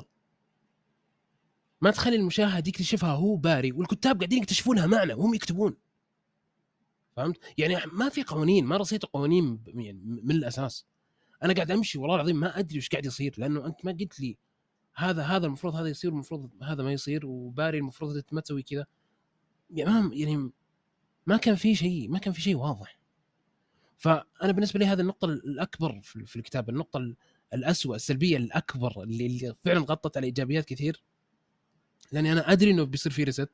ما تخلي المشاهد يكتشفها هو باري والكتاب قاعدين يكتشفونها معنا وهم يكتبون. فهمت؟ يعني ما في قوانين، ما رصيت قوانين يعني من الاساس. انا قاعد امشي والله العظيم ما ادري وش قاعد يصير، لانه انت ما قلت لي هذا هذا المفروض هذا يصير، المفروض هذا ما يصير، وباري المفروض ما تسوي كذا. يعني, يعني ما كان في شيء، ما كان في شيء واضح. فانا بالنسبه لي هذه النقطه الاكبر في الكتاب، النقطه الأسوأ السلبيه الاكبر اللي, اللي فعلا غطت على ايجابيات كثير، لاني انا ادري انه بيصير في ريست،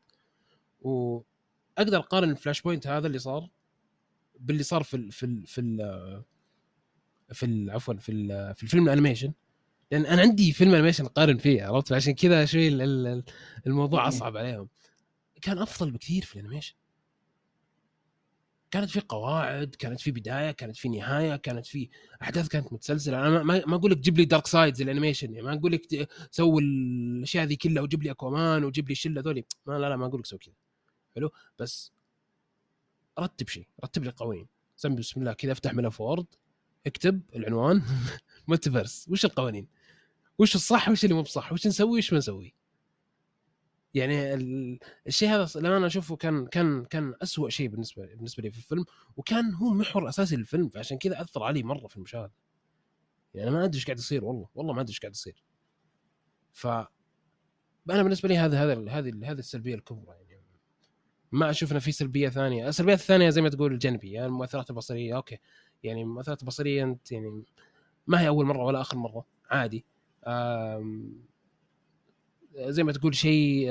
واقدر اقارن الفلاش بوينت هذا اللي صار باللي صار في ال في ال في ال في ال عفوا في ال في الفيلم الانيميشن، لان انا عندي فيلم انيميشن اقارن فيه، عرفت؟ عشان كذا شوي الموضوع اصعب عليهم. كان افضل بكثير في الانيميشن، كانت في قواعد، كانت في بدايه، كانت في نهايه، كانت في احداث كانت متسلسله. انا ما ما اقول لك جيب لي دارك سايدز الانيميشن، يعني ما اقول لك سوي الاشياء هذه كلها وجيب لي اكوامان وجيب لي الشله ذولي، ما لا لا ما اقول لك سوي كذا. حلو، بس رتب شيء، رتب لي قوانين. سم بسم الله كذا، افتح ملف وورد، اكتب العنوان ملتيفيرس، وش القوانين، وش الصح وش اللي مو بصح، وش نسوي وش ما نسوي. يعني الشيء هذا لما انا اشوفه كان كان كان أسوأ شيء بالنسبه بالنسبه لي في الفيلم، وكان هو محور اساسي للفيلم، فعشان كذا اثر علي مره في المشاهده. يعني انا ما ادري ايش قاعد يصير، والله والله ما ادري ايش قاعد يصير. ف انا بالنسبه لي هذا هذا هذه هذه السلبيه الكبرى. يعني ما اشوف انه في سلبيه ثانيه. السلبيات الثانيه زي ما تقول الجانبيه، يعني المؤثرات البصريه، اوكي يعني المؤثرات البصريه انت يعني ما هي اول مره ولا اخر مره، عادي. زي ما تقول شيء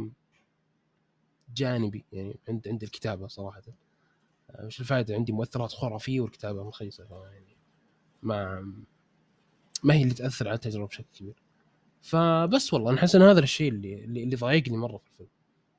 جانبي يعني عند عند الكتابه صراحه. وش الفائده عندي مؤثرات خرافيه والكتابه مخيسه؟ يعني ما ما هي اللي تاثر على التجربه بشكل كبير. فبس والله انا احس ان هذا الشيء اللي اللي ضايقني مره في الفيلم.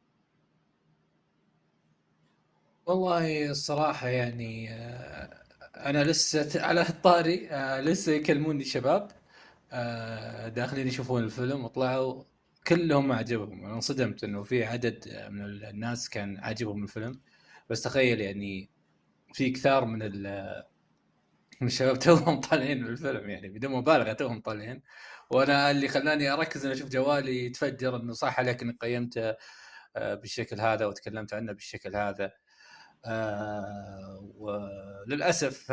والله الصراحه يعني انا لسه على الطاري، لسه يكلموني شباب داخلين يشوفون الفيلم وطلعوا كلهم عجبهم. انا انصدمت انه في عدد من الناس كان عاجبهم الفيلم، بس تخيل يعني في كثار من من الشباب توهم طالعين من الفيلم، يعني بدون مبالغه توهم طالعين. وانا اللي خلاني اركز اني اشوف جوالي يتفجر انه صح عليك اني قيمته بالشكل هذا وتكلمت عنه بالشكل هذا. وللاسف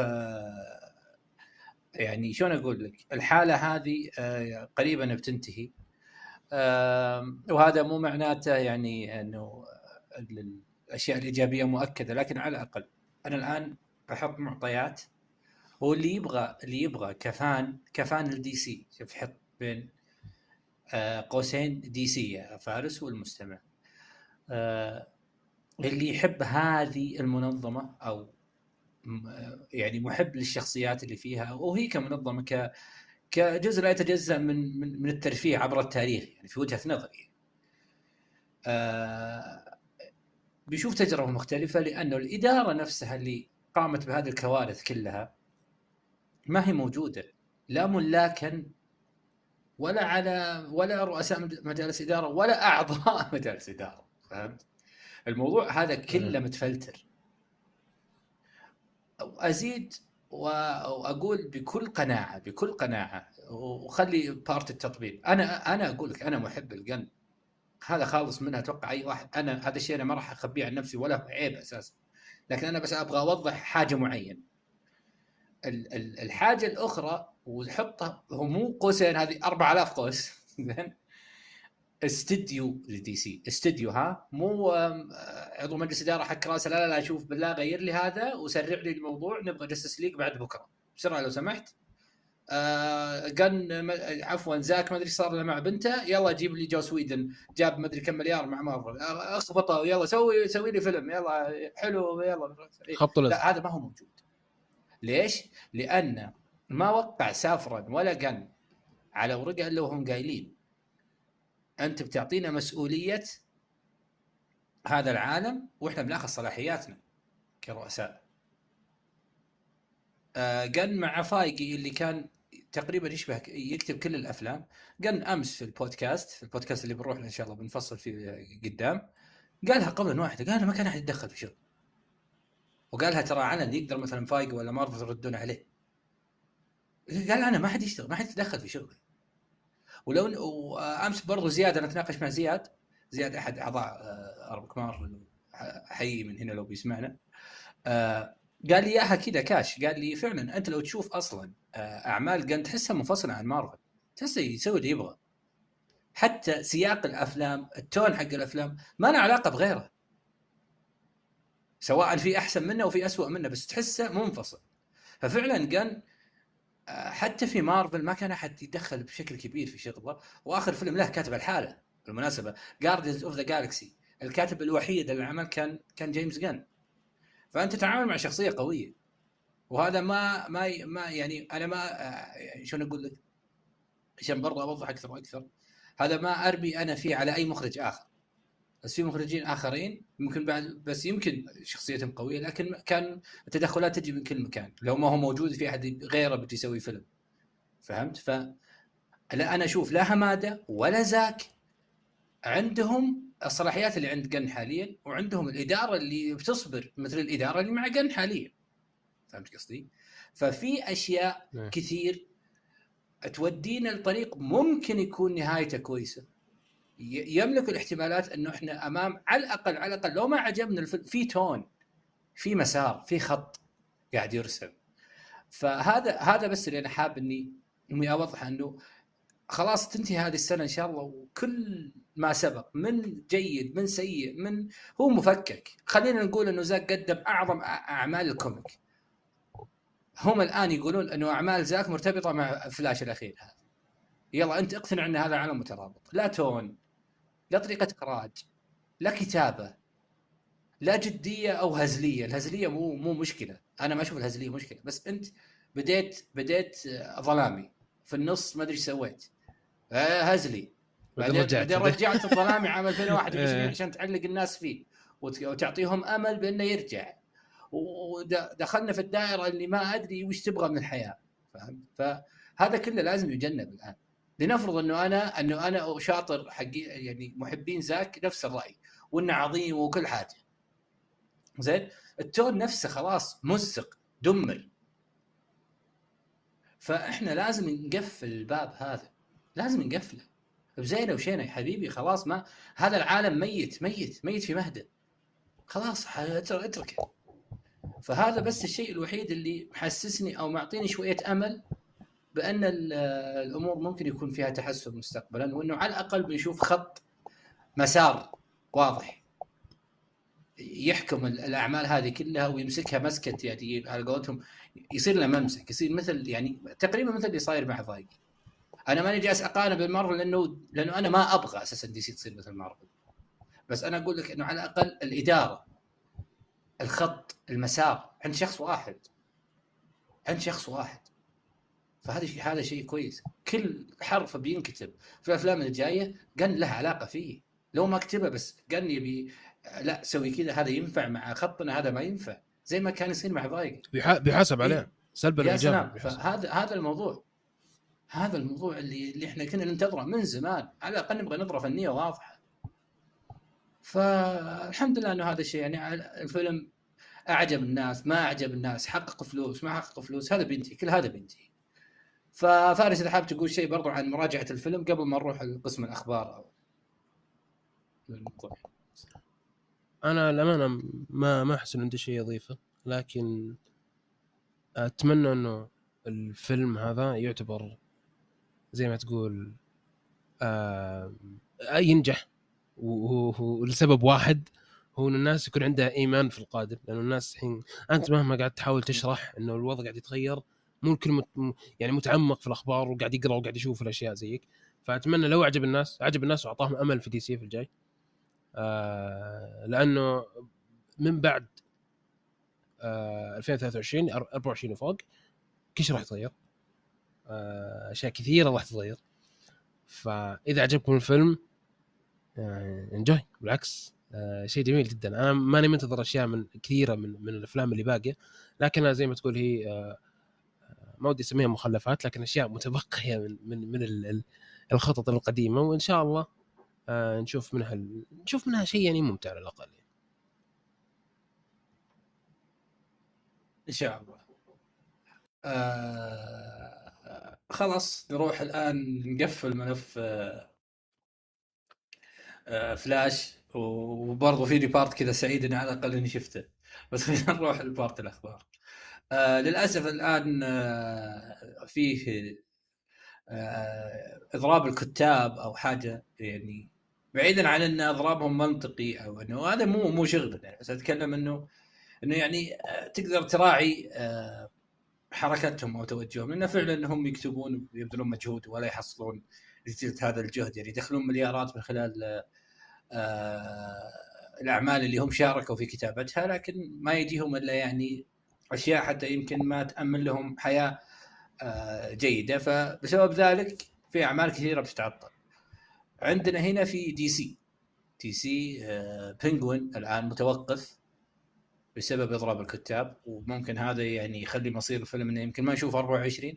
يعني شلون اقول لك، الحاله هذه قريبا بتنتهي، وهذا مو معناته يعني انه الاشياء الايجابيه مؤكده، لكن على الاقل انا الان بحط معطيات، هو اللي يبغى اللي يبغى كفان كفان الدي سي، شوف حط بين آه قوسين دي سي يا فارس والمستمع، آه اللي يحب هذه المنظمه او يعني محب للشخصيات اللي فيها، وهي كمنظمه ك كجزء لا يتجزأ من من من الترفيه عبر التاريخ يعني في وجهة نظري. آه بيشوف تجربة مختلفة، لأنه الإدارة نفسها اللي قامت بهذه الكوارث كلها ما هي موجودة، لا ملاكا ولا على ولا رؤساء مجالس إدارة ولا أعضاء مجالس إدارة. فهمت الموضوع هذا كله متفلتر. أزيد وأقول بكل قناعة بكل قناعة وخلي بارت التطبيق، أنا أنا أقول لك أنا محب الجن، هذا خالص منها أتوقع أي واحد. أنا هذا الشيء أنا ما راح أخبيه عن نفسي ولا عيب أساسا، لكن أنا بس أبغى أوضح حاجة معينة. الحاجة الأخرى وحطها هو مو قوسين، هذه أربعة آلاف قوس استديو لدي سي، استديو ها مو عضو مجلس إدارة حق راسه، لا لا لا شوف بالله غير لي هذا وسرع لي الموضوع، نبغى جستس ليج بعد بكرة بسرعة لو سمحت. آه قن عفوا زاك ما ادري صار له مع بنته، يلا جيب لي جو سويدن جاب ما ادري كم مليار مع مارفل، اخبطه يلا سوي سوي لي فيلم يلا حلو يلا خط لزق. لا هذا ما هو موجود. ليش؟ لان ما وقع سافرا ولا قن على ورقه الا وهم قايلين انت بتعطينا مسؤوليه هذا العالم واحنا بناخذ صلاحياتنا كرؤساء. آه قن مع فايقي اللي كان تقريبا يشبه يكتب كل الافلام، قال امس في البودكاست في البودكاست اللي بنروح ان شاء الله بنفصل فيه قدام، قالها قبل واحده، قال ما كان احد يتدخل في شغل، وقالها ترى علن يقدر مثلا فايق ولا مارفل يردون عليه، قال انا ما حد يشتغل ما حد يتدخل في شغلي. ولو امس برضو زياد انا اتناقش مع زياد زياد احد اعضاء اربك مار حي من هنا لو بيسمعنا، قال لي اياها كذا كاش، قال لي فعلا انت لو تشوف اصلا اعمال قن تحسها منفصله عن مارفل، تحسه يسوي اللي يبغى، حتى سياق الافلام التون حق الافلام ما له علاقه بغيره، سواء في احسن منه وفي اسوأ منه، بس تحسه منفصل. ففعلا قن حتى في مارفل ما كان احد يتدخل بشكل كبير في شغله، واخر فيلم له كاتب الحاله بالمناسبه جاردينز اوف ذا جالكسي، الكاتب الوحيد للعمل كان كان جيمس جن. فانت تتعامل مع شخصيه قويه، وهذا ما ما ما يعني انا ما شلون اقول لك عشان برضه اوضح اكثر واكثر، هذا ما اربي انا فيه على اي مخرج اخر، بس في مخرجين اخرين ممكن بعد بس يمكن شخصيتهم قويه، لكن كان التدخلات تجي من كل مكان، لو ما هو موجود في احد غيره بده يسوي فيلم. فهمت؟ ف لا انا اشوف لا هماده ولا زاك عندهم الصلاحيات اللي عند جن حاليا، وعندهم الاداره اللي بتصبر مثل الاداره اللي مع جن حاليا. فهمت قصدي؟ ففي اشياء م. كثير تودينا لطريق ممكن يكون نهايته كويسه، يملك الاحتمالات انه احنا امام على الاقل على الاقل لو ما عجبنا الفيلم في تون في مسار في خط قاعد يرسم. فهذا هذا بس اللي انا حاب اني اني اوضح انه خلاص تنتهي هذه السنه ان شاء الله، وكل ما سبق من جيد من سيء من هو مفكك. خلينا نقول انه زاك قدم اعظم اعمال الكوميك، هم الان يقولون انه اعمال زاك مرتبطه مع فلاش الاخير هذا، يلا انت اقتنع ان هذا العالم مترابط، لا تون لا طريقه اخراج لا كتابه لا جديه او هزليه. الهزليه مو مو مشكله، انا ما اشوف الهزليه مشكله، بس انت بديت بديت ظلامي في النص ما ادري ايش سويت هزلي، بعدين بعدين رجعت الظلامي عام ألفين وواحد وعشرين عشان تعلق الناس فيه وتعطيهم امل بانه يرجع، ودخلنا في الدائره اللي ما ادري وش تبغى من الحياه. فهمت؟ فهذا كله لازم يجنب الان. لنفرض انه انا انه انا شاطر حقي يعني محبين زاك نفس الراي وانه عظيم وكل حاجه زين، التون نفسه خلاص مزق دمر، فاحنا لازم نقفل الباب هذا، لازم نقفله بزينه وشينه يا حبيبي. خلاص ما هذا العالم ميت ميت ميت في مهده، خلاص اتركه. فهذا بس الشيء الوحيد اللي محسسني او معطيني شويه امل بان الامور ممكن يكون فيها تحسن مستقبلا، وانه على الاقل بنشوف خط مسار واضح يحكم الاعمال هذه كلها ويمسكها مسكه يعني على قولتهم يصير له ممسك، يصير مثل يعني تقريبا مثل اللي صاير مع ضايقي. انا ماني جالس اقارن بالمره لانه لانه انا ما ابغى اساسا دي سي تصير مثل مارفل، بس انا اقول لك انه على الاقل الاداره، الخط، المسار عند شخص واحد، عند شخص واحد. فهذا شيء هذا شيء كويس. كل حرف بينكتب في الافلام الجايه قن له علاقه فيه، لو ما كتبه بس قن يبي لا سوي كذا، هذا ينفع مع خطنا، هذا ما ينفع، زي ما كان يصير مع ضايق بيحاسب عليه إيه؟ سلبا يا وايجابا. سلام. فهذا هذا الموضوع هذا الموضوع اللي اللي احنا كنا ننتظره من زمان، على الاقل نبغى نظره فنيه واضحه. فالحمد لله انه هذا الشيء يعني الفيلم اعجب الناس ما اعجب الناس، حقق فلوس ما حقق فلوس، هذا بينتهي، كل هذا بينتهي. ففارس اذا حاب تقول شيء برضو عن مراجعه الفيلم قبل ما نروح لقسم الاخبار او الموضوع. انا الامانه ما ما احس ان عندي شيء اضيفه، لكن اتمنى انه الفيلم هذا يعتبر زي ما تقول آه ينجح، ولسبب واحد هو ان الناس يكون عندها ايمان في القادم. لانه الناس الحين انت مهما قاعد تحاول تشرح انه الوضع قاعد يتغير، مو الكل مت يعني متعمق في الاخبار وقاعد يقرا وقاعد يشوف الاشياء زيك. فاتمنى لو عجب الناس عجب الناس واعطاهم امل في دي سي في الجاي، آه لانه من بعد آه ألفين وثلاثة وعشرين أربعة وعشرين وفوق كل شيء راح يتغير، آه اشياء كثيره راح تتغير. فاذا عجبكم الفيلم انجوي، آه بالعكس آه شيء جميل جدا. انا ماني منتظر اشياء من كثيره من من الافلام اللي باقيه، لكنها زي ما تقول هي آه ما ودي اسميها مخلفات، لكن اشياء متبقيه من من من الخطط القديمه، وان شاء الله آه نشوف منها نشوف منها شيء يعني ممتع على الاقل. ان شاء الله. آه خلاص نروح الان نقفل ملف آه آه فلاش، وبرضه في بارت كذا سعيد اني على الاقل اني شفته. بس خلينا نروح لبارت الاخبار. آه للاسف الان آه فيه آه اضراب الكتاب او حاجه، يعني بعيدا عن ان اضرابهم منطقي او انه هذا مو مو شغلنا يعني، بس اتكلم انه انه يعني آه تقدر تراعي آه حركتهم او توجههم، لانه فعلا انهم يكتبون ويبذلون مجهود ولا يحصلون نتيجه هذا الجهد، يعني يدخلون مليارات من خلال آه الاعمال اللي هم شاركوا في كتابتها، لكن ما يجيهم الا يعني اشياء حتى يمكن ما تامن لهم حياه آه جيده. فبسبب ذلك في اعمال كثيره بتتعطل. عندنا هنا في دي سي دي سي آه بينغوين الان متوقف بسبب اضراب الكتاب، وممكن هذا يعني يخلي مصير الفيلم انه يمكن ما نشوف أربعة وعشرين،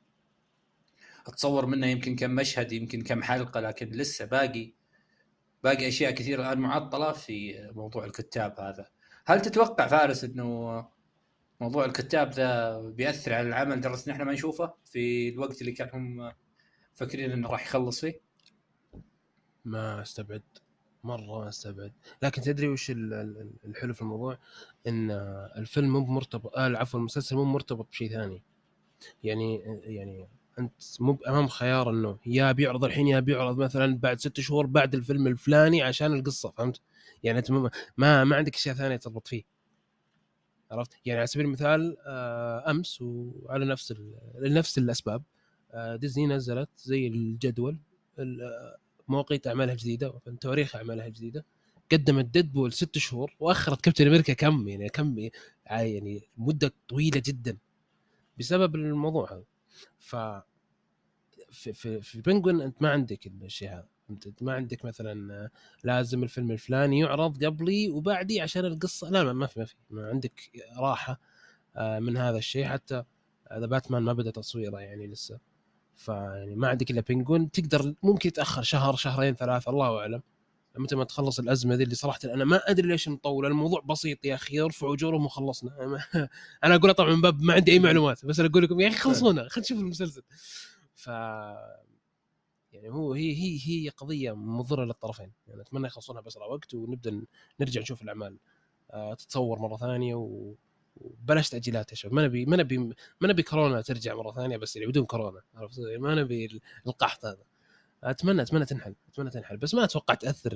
اتصور منه يمكن كم مشهد يمكن كم حلقه، لكن لسه باقي باقي اشياء كثيره الان معطله في موضوع الكتاب هذا. هل تتوقع فارس انه موضوع الكتاب ذا بيأثر على العمل لدرجه ان احنا ما نشوفه في الوقت اللي كانوا هم فاكرين انه راح يخلص فيه؟ ما استبعد مره ما استبعد، لكن تدري وش الحلو في الموضوع؟ ان الفيلم مو مرتبط آه عفوا المسلسل مو مرتبط بشيء ثاني. يعني يعني انت مو امام خيار انه يا بيعرض الحين يا بيعرض مثلا بعد ستة شهور بعد الفيلم الفلاني عشان القصه، فهمت؟ يعني انت ما ما عندك اشياء ثانيه تربط فيه، عرفت؟ يعني على سبيل المثال امس وعلى نفس نفس الاسباب ديزني نزلت زي الجدول مواقيت اعمالها الجديده وتواريخ اعمالها الجديده، قدمت ديدبول ست شهور واخرت كابتن امريكا كم يعني كم يعني مده طويله جدا بسبب الموضوع هذا. ف في في في بنجوين انت ما عندك الشيء هذا، انت ما عندك مثلا لازم الفيلم الفلاني يعرض قبلي وبعدي عشان القصه، لا ما في ما في ما عندك راحه من هذا الشيء. حتى هذا باتمان ما بدا تصويره يعني لسه، فيعني ما عندك الا بنجوين، تقدر ممكن يتاخر شهر شهرين ثلاثه الله اعلم متى ما تخلص الازمه ذي اللي صراحه انا ما ادري ليش مطول. الموضوع بسيط يا اخي، ارفعوا اجورهم وخلصنا. انا اقول طبعا من باب ما عندي اي معلومات، بس انا اقول لكم يا اخي خلصونا خلينا نشوف المسلسل. ف يعني هو هي هي هي قضيه مضره للطرفين، يعني اتمنى يخلصونها باسرع وقت ونبدا نرجع نشوف الاعمال أه تتصور مره ثانيه و... وبلاش تاجيلات يا شباب. ما نبي ما نبي ما نبي كورونا ترجع مره ثانيه، بس يعني بدون كورونا، عرفت؟ ما نبي القحط هذا. اتمنى اتمنى تنحل اتمنى تنحل بس ما اتوقع تاثر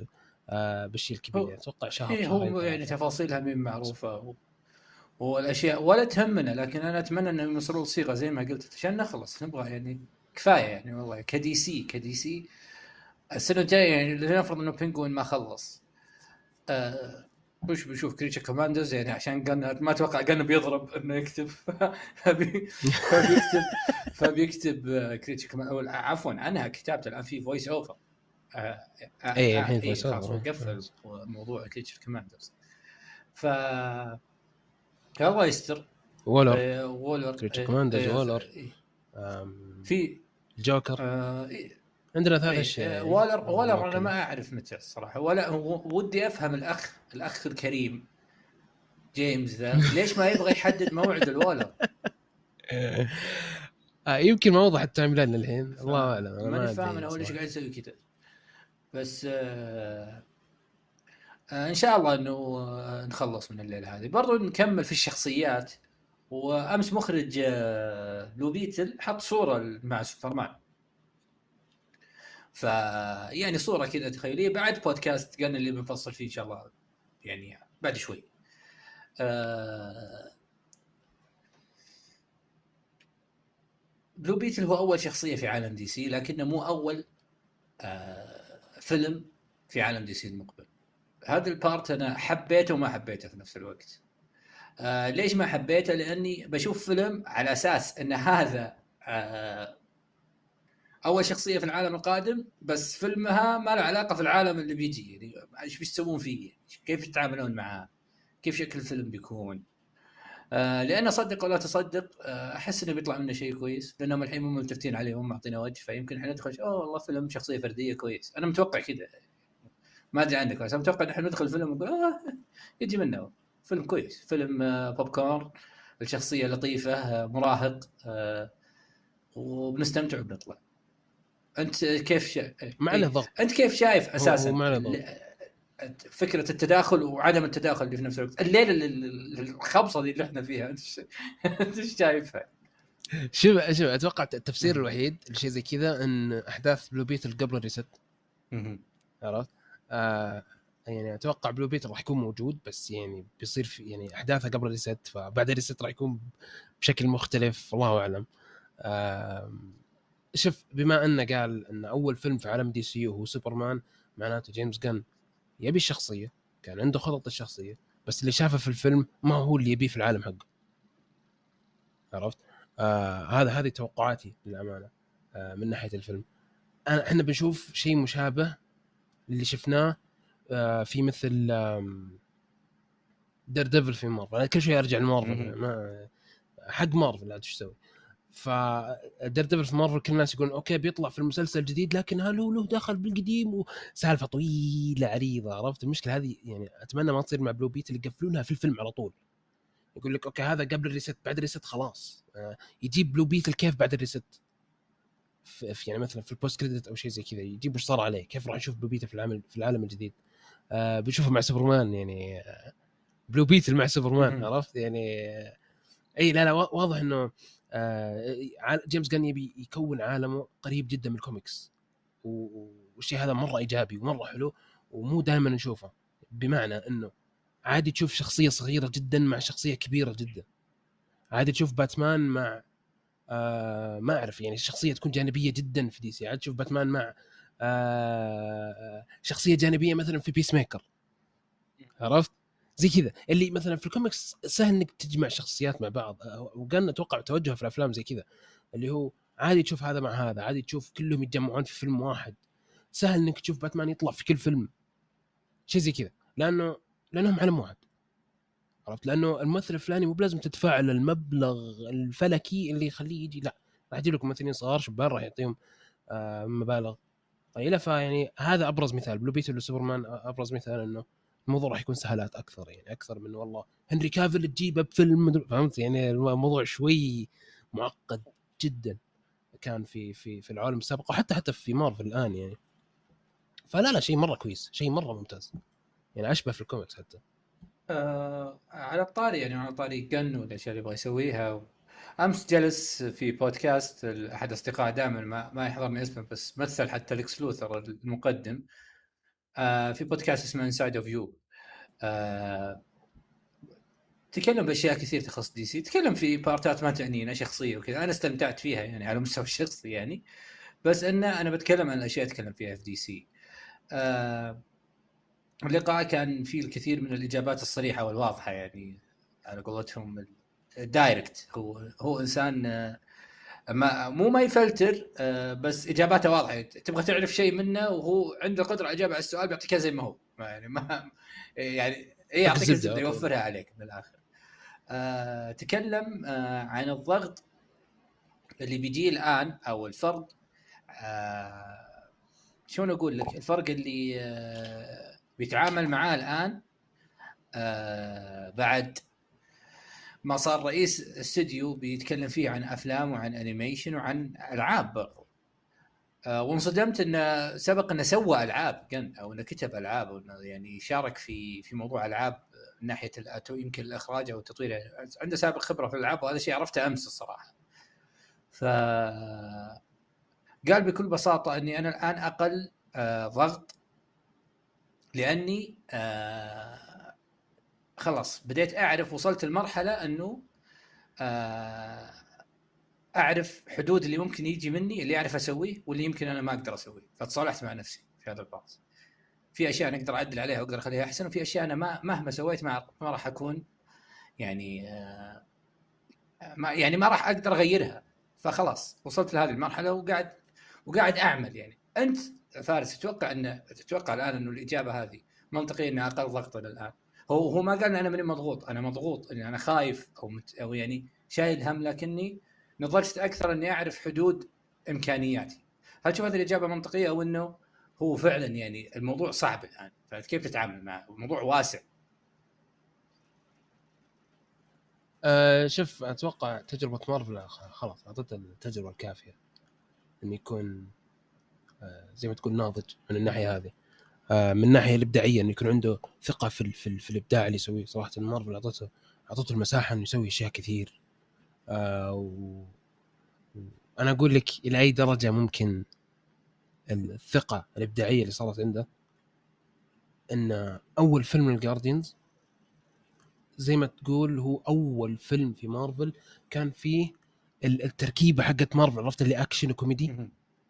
آه بالشيء الكبير. اتوقع شهر إيه شهرين هو يعني ثلاثة. تفاصيلها مين معروفه و... والاشياء ولا تهمنا، لكن انا اتمنى انهم يوصلوا صيغه زي ما قلت عشان نخلص. نبغى يعني كفايه يعني والله كدي سي كدي سي السنه الجايه يعني لنفرض انه بينجوين ما خلص آه وش بنشوف كريتشر كوماندرز يعني عشان قلنا ما اتوقع قلنا بيضرب انه يكتب فبي فبيكتب فبيكتب كريتشر كوماندرز عفوا عنها كتابته الان في فويس اوفر آه آه اي آه الحين إيه فويس خلاص هو اوفر. قفل موضوع كريتشر كوماندرز. ف الله يستر. وولر آه وولر كريتشر آه كوماندرز آه وولر إيه آم، في الجوكر. آه إيه عندنا ثلاث إيه اشياء آه يعني وولر وولر انا مؤكدة. ما اعرف متى الصراحه، ولا هو- ودي افهم الاخ الاخ الكريم جيمس ذا ليش ما يبغى يحدد موعد الوولر. آه يمكن ما وضح التايم لاين للحين، الله اعلم، انا ماني ما فاهم ادري انا اول ايش صراحة. قاعد يسوي كذا. بس آه آه ان شاء الله انه آه نخلص من الليله هذه. برضو نكمل في الشخصيات. وامس مخرج آه لو بيتل حط صوره مع سوبرمان، ف يعني صوره كذا تخيليه بعد بودكاست قلنا اللي بنفصل فيه ان شاء الله يعني بعد شوي. آه بلو بيتل هو اول شخصيه في عالم دي سي، لكنه مو اول آه فيلم في عالم دي سي المقبل. هذا البارت انا حبيته وما حبيته في نفس الوقت. آه ليش ما حبيته؟ لاني بشوف فيلم على اساس ان هذا آه اول شخصيه في العالم القادم، بس فيلمها ما له علاقه في العالم اللي بيجي. يعني ايش بيسوون فيه، كيف يتعاملون معاه، كيف شكل الفيلم بيكون. آه لأن صدق ولا تصدق آه أحس إنه بيطلع منه شيء كويس، لأنهم الحين مو ملتفتين عليه وهم معطينا وجه، فيمكن إحنا ندخل أوه والله فيلم شخصية فردية كويس. أنا متوقع كذا، ما أدري عنك بس أنا متوقع إن إحنا ندخل الفيلم ونقول آه يجي منه فيلم كويس، فيلم آه بوب كورن، الشخصية لطيفة آه مراهق آه وبنستمتع وبنطلع. أنت كيف شا... ما عليه أي ضغط. أنت كيف شايف هو هو أساسا ما عليه ضغط. ال- فكرة التداخل وعدم التداخل اللي في نفس الوقت، الليلة ال- ال- الخبصة دي اللي احنا فيها، انت ش- انت ايش شايفها؟ شوف شوف اتوقع التفسير الوحيد لشيء زي كذا ان احداث بلو بيتل قبل الريست. عرفت؟ آه يعني اتوقع بلو بيتل راح يكون موجود، بس يعني بيصير في يعني احداثه قبل الريست، فبعد الريست راح يكون بشكل مختلف، الله اعلم. آه شوف، بما انه قال ان اول فيلم في عالم دي سي هو سوبرمان، معناته جيمس جان يبي الشخصيه، كان عنده خطط الشخصيه، بس اللي شافه في الفيلم ما هو اللي يبيه في العالم حقه. عرفت؟ آه هذا هذه توقعاتي للامانه آه من ناحيه الفيلم. انا احنا بنشوف شيء مشابه اللي شفناه آه في مثل دير ديفل في مارفل. انا كل شوي ارجع لمارفل، ما حق مارفل لا ايش تسوي. فدير ديفل في مارفل كل الناس يقولون اوكي بيطلع في المسلسل الجديد، لكن هل هو له دخل بالقديم، وسالفه طويله عريضه. عرفت المشكله هذه؟ يعني اتمنى ما تصير مع بلو بيت اللي يقفلونها في الفيلم على طول. يقول لك اوكي هذا قبل الريست، بعد الريست خلاص آه يجيب بلو بيت الكيف بعد الريست، في يعني مثلا في البوست كريدت او شيء زي كذا، يجيب وش صار عليه، كيف راح نشوف بلو بيت في العالم في العالم الجديد. آه بنشوفه مع سوبرمان يعني آه بلو بيت مع سوبرمان. عرفت يعني آه اي لا لا واضح انه آه جيمس جان يبي يكون عالمه قريب جدا من الكوميكس، والشيء هذا مره ايجابي ومره حلو، ومو دائما نشوفه. بمعنى انه عادي تشوف شخصيه صغيره جدا مع شخصيه كبيره جدا، عادي تشوف باتمان مع آه ما اعرف يعني شخصيه تكون جانبيه جدا في دي سي، عاد تشوف باتمان مع آه شخصيه جانبيه مثلا في بيس ميكر. عرفت زي كذا اللي مثلا في الكوميكس سهل انك تجمع شخصيات مع بعض، وكان اتوقع توجه في الافلام زي كذا، اللي هو عادي تشوف هذا مع هذا، عادي تشوف كلهم يتجمعون في فيلم واحد. سهل انك تشوف باتمان يطلع في كل فيلم، شيء زي كذا، لانه لانهم عالم واحد. عرفت؟ لانه الممثل الفلاني مو بلازم تدفع له المبلغ الفلكي اللي يخليه يجي، لا راح يجيب لكم ممثلين صغار شبان راح يعطيهم آه مبالغ قليله. فيعني هذا ابرز مثال. بلو بيتل وسوبرمان ابرز مثال انه الموضوع راح يكون سهلات اكثر، يعني اكثر من والله هنري كافل تجيبه بفيلم، فهمت؟ يعني الموضوع شوي معقد جدا كان في في في العالم السابق، وحتى حتى في مارفل الان يعني. فلا لا شيء مره كويس، شيء مره ممتاز، يعني اشبه في الكوميكس حتى. آه على الطاري يعني على طاري جن والاشياء اللي يبغى يسويها. امس جلس في بودكاست احد اصدقاء دائما ما, ما يحضرني اسمه، بس مثل حتى ليكس لوثر المقدم آه في بودكاست اسمه انسايد اوف يو، آه تكلم باشياء كثير تخص دي سي، تكلم في بارتات ما تعنينا شخصيه وكذا، انا استمتعت فيها يعني على مستوى الشخصي يعني، بس ان انا بتكلم عن الاشياء اتكلم فيها في دي سي. آه اللقاء كان فيه الكثير من الاجابات الصريحه والواضحه، يعني على قولتهم الدايركت. هو هو انسان آه ما مو ما يفلتر، آه بس اجاباته واضحه، تبغى تعرف شيء منه وهو عنده قدره على الاجابه على السؤال بيعطيك زي ما هو، يعني ما يعني ايه يعطيك الزبده يوفرها عليك من الاخر. آه تكلم آه عن الضغط اللي بيجي الآن أو الفرق، آه شو نقول لك، الفرق اللي آه بيتعامل معاه الآن آه بعد ما صار رئيس استوديو بيتكلم فيه عن أفلام وعن أنيميشن وعن ألعاب برضو. آه وانصدمت إنه سبق إنه سوى ألعاب كان، أو إنه كتب ألعاب، أو إنه يعني شارك في في موضوع ألعاب من ناحية يمكن الإخراج أو التطوير، عنده سابق خبرة في الألعاب، وهذا شيء عرفته أمس الصراحة. ف قال بكل بساطة أني أنا الآن أقل آه ضغط، لأني آه خلاص بديت أعرف، وصلت المرحلة أنه آه أعرف حدود اللي ممكن يجي مني، اللي أعرف أسويه واللي يمكن أنا ما أقدر أسويه. فتصالحت مع نفسي في هذا البعض، في أشياء أنا أقدر أعدل عليها وأقدر أخليها أحسن، وفي أشياء أنا ما مهما سويت ما ما راح أكون يعني آه ما يعني ما راح أقدر أغيرها. فخلاص وصلت لهذه المرحلة وقاعد وقاعد أعمل. يعني أنت فارس تتوقع أن تتوقع الآن أنه الإجابة هذه منطقية أنها أقل ضغطا الآن؟ هو هو ما قال أن أنا مني مضغوط، أنا مضغوط أني أنا خايف أو مت أو يعني شايل هم، لكني نضجت أكثر أني أعرف حدود إمكانياتي. هل تشوف هذه الإجابة منطقية، أو أنه هو فعلا يعني الموضوع صعب الآن، فكيف تتعامل معه؟ الموضوع واسع. أه شوف، اتوقع تجربه مارفل خلاص اعطت التجربه الكافيه ان يكون أه زي ما تقول ناضج من الناحيه هذه. أه من الناحيه الابداعيه انه يكون عنده ثقه في ال في, ال في الابداع اللي يسويه. صراحه مارفل اعطته اعطته المساحه انه يسوي اشياء كثير. أه و... انا اقول لك الى اي درجه ممكن الثقه الابداعيه اللي صارت عنده، ان اول فيلم الجارديانز زي ما تقول هو اول فيلم في مارفل كان فيه التركيبه حقت مارفل، عرفت اللي اكشن وكوميدي.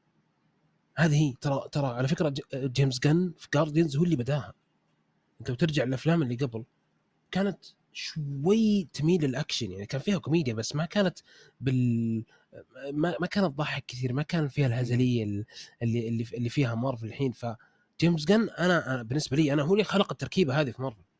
هذه هي ترى ترى على فكره جيمس جن في جارديانز هو اللي بداها. انت بترجع الافلام اللي قبل كانت شوي تميل للاكشن، يعني كان فيها كوميديا بس ما كانت بال ما, ما كانت ضحك كثير، ما كان فيها الهزليه اللي اللي اللي فيها مارفل الحين. فجيمس جن انا, أنا بالنسبه لي انا هو اللي خلق التركيبه هذه في مارفل.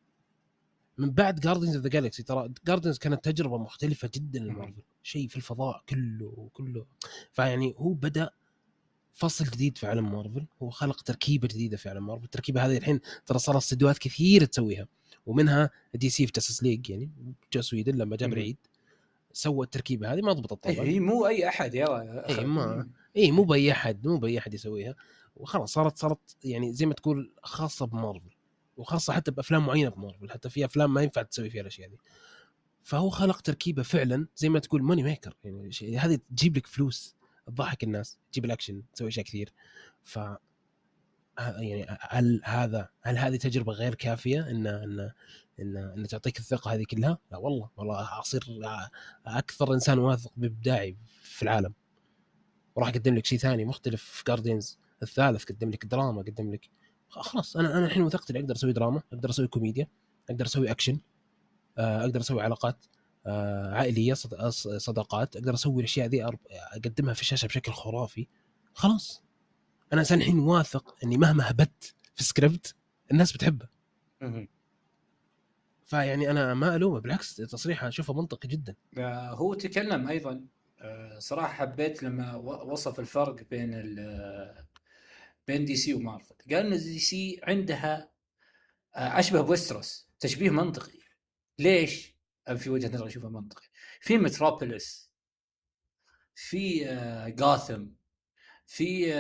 من بعد جاردينز اوف ذا جالكسي ترى جاردينز كانت تجربه مختلفه جدا لمارفل، شيء في الفضاء كله كله. فيعني هو بدا فصل جديد في عالم مارفل، هو خلق تركيبه جديده في عالم مارفل. التركيبه هذه الحين ترى صار استديوهات كثير تسويها، ومنها دي سي في جاستس ليج، يعني جو سويدن لما جاب العيد سوى التركيبه هذه ما ضبطت طبعا. هي مو اي احد يا اخي، ما اي مو باي احد مو باي احد يسويها، وخلاص صارت صارت يعني زي ما تقول خاصه بمارفل، وخاصه حتى بافلام معينه بمارفل، حتى في افلام ما ينفع تسوي فيها الاشياء دي. فهو خلق تركيبه فعلا زي ما تقول ماني ميكر، يعني هذه تجيب لك فلوس، تضحك الناس، تجيب الاكشن، تسوي اشياء كثير. ف يعني هل هذا هل هذه تجربه غير كافيه ان ان ان, إن تعطيك الثقه هذه كلها؟ لا والله والله اصير اكثر انسان واثق بابداعي في العالم، وراح اقدم لك شيء ثاني مختلف في جاردينز الثالث. قدم لك دراما، قدم لك خلاص. انا انا الحين وثقت اني اقدر اسوي دراما، اقدر اسوي كوميديا، اقدر اسوي اكشن، اقدر اسوي علاقات عائليه، صداقات، اقدر اسوي الاشياء ذي اقدمها في الشاشه بشكل خرافي. خلاص انا الحين واثق اني مهما هبت في سكريبت الناس بتحبه. فيعني انا ما الومه، بالعكس تصريحه اشوفه منطقي جدا. هو تكلم ايضا صراحه حبيت لما وصف الفرق بين بين دي سي ومارفل. قال ان دي سي عندها اشبه بويستروس، تشبيه منطقي. ليش؟ في وجهه نظري اشوفه منطقي. في متروبوليس، في غاثم، في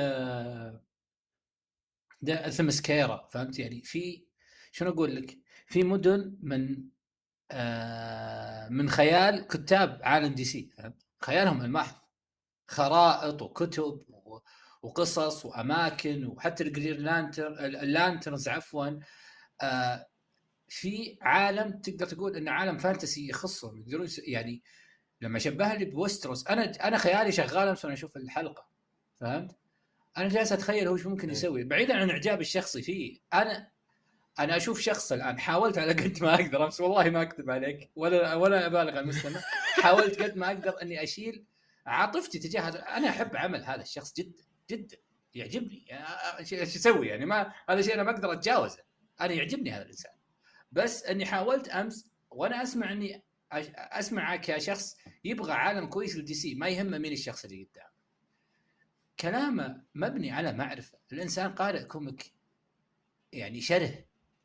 ده ثمسكيرا، فهمت يعني؟ في شنو اقول لك، في مدن من آه من خيال كتاب عالم دي سي، فهمت؟ خيالهم المحض، خرائط وكتب وقصص واماكن، وحتى الجرين لانتر اللانترنز عفوا آه في عالم تقدر تقول انه عالم فانتسي يخصهم، يقدرون يعني لما شبهها لي بوستروس انا انا خيالي شغال امس وانا اشوف الحلقه، فهمت؟ انا جالس اتخيل هو شو ممكن يسوي بعيدا عن اعجابي الشخصي فيه. انا انا اشوف شخص الان حاولت على قد ما اقدر امس، والله ما اكذب عليك ولا ولا ابالغ المستمع، حاولت قد ما اقدر اني اشيل عاطفتي تجاه هذا. انا احب عمل هذا الشخص جدا جدا، يعجبني ايش اسوي يعني، ما هذا شيء انا ما اقدر اتجاوزه، انا يعجبني هذا الانسان. بس اني حاولت امس وانا اسمع اني اسمع كشخص يبغى عالم كويس للدي سي، ما يهمه مين الشخص اللي قدامه، كلامه مبني على معرفه. الانسان قارئ كوميك يعني شره